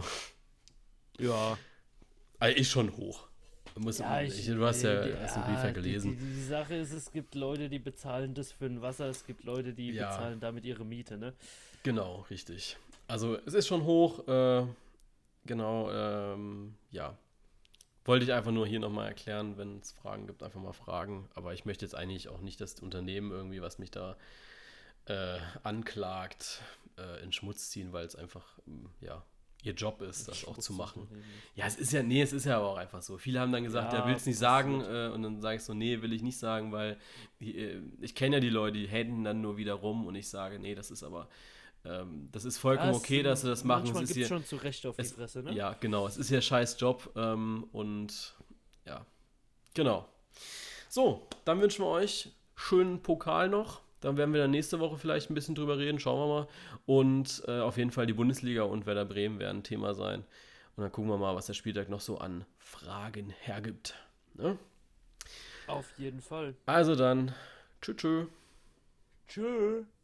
Ja. Also ist schon hoch. Muss, Ja, ich, ich, du hast ja die- erst den Brief ja die- gelesen. Die, die, die Sache ist, es gibt Leute, die bezahlen das für ein Wasser, es gibt Leute, die Ja. bezahlen damit ihre Miete, ne? Genau, richtig. Also es ist schon hoch. Äh, genau, ähm, ja. Wollte ich einfach nur hier nochmal erklären, wenn es Fragen gibt, einfach mal fragen. Aber ich möchte jetzt eigentlich auch nicht das Unternehmen irgendwie, was mich da äh, anklagt, äh, in Schmutz ziehen, weil es einfach, ähm, ja, ihr Job ist, das auch zu machen. Ja, es ist ja, nee, es ist ja aber auch einfach so. Viele haben dann gesagt, Ja, ja, willst nicht das sagen, wird- äh, und dann sage ich so, nee, will ich nicht sagen, weil die, äh, ich kenne ja die Leute, die haten dann nur wieder rum und ich sage, nee, das ist aber, ähm, das ist vollkommen okay, dass sie das machen. Manchmal Es ist gibt hier, schon zu Recht auf es- die Fresse, ne? ja, genau, es ist ja scheiß Job ähm, und ja, genau. So, dann wünschen wir euch schönen Pokal noch Dann werden wir dann nächste Woche vielleicht ein bisschen drüber reden, schauen wir mal. Und äh, auf jeden Fall die Bundesliga und Werder Bremen werden Thema sein. Und dann gucken wir mal, was der Spieltag noch so an Fragen hergibt. Ne? Auf jeden Fall. Also dann, tschüss, tschüss. Tschö.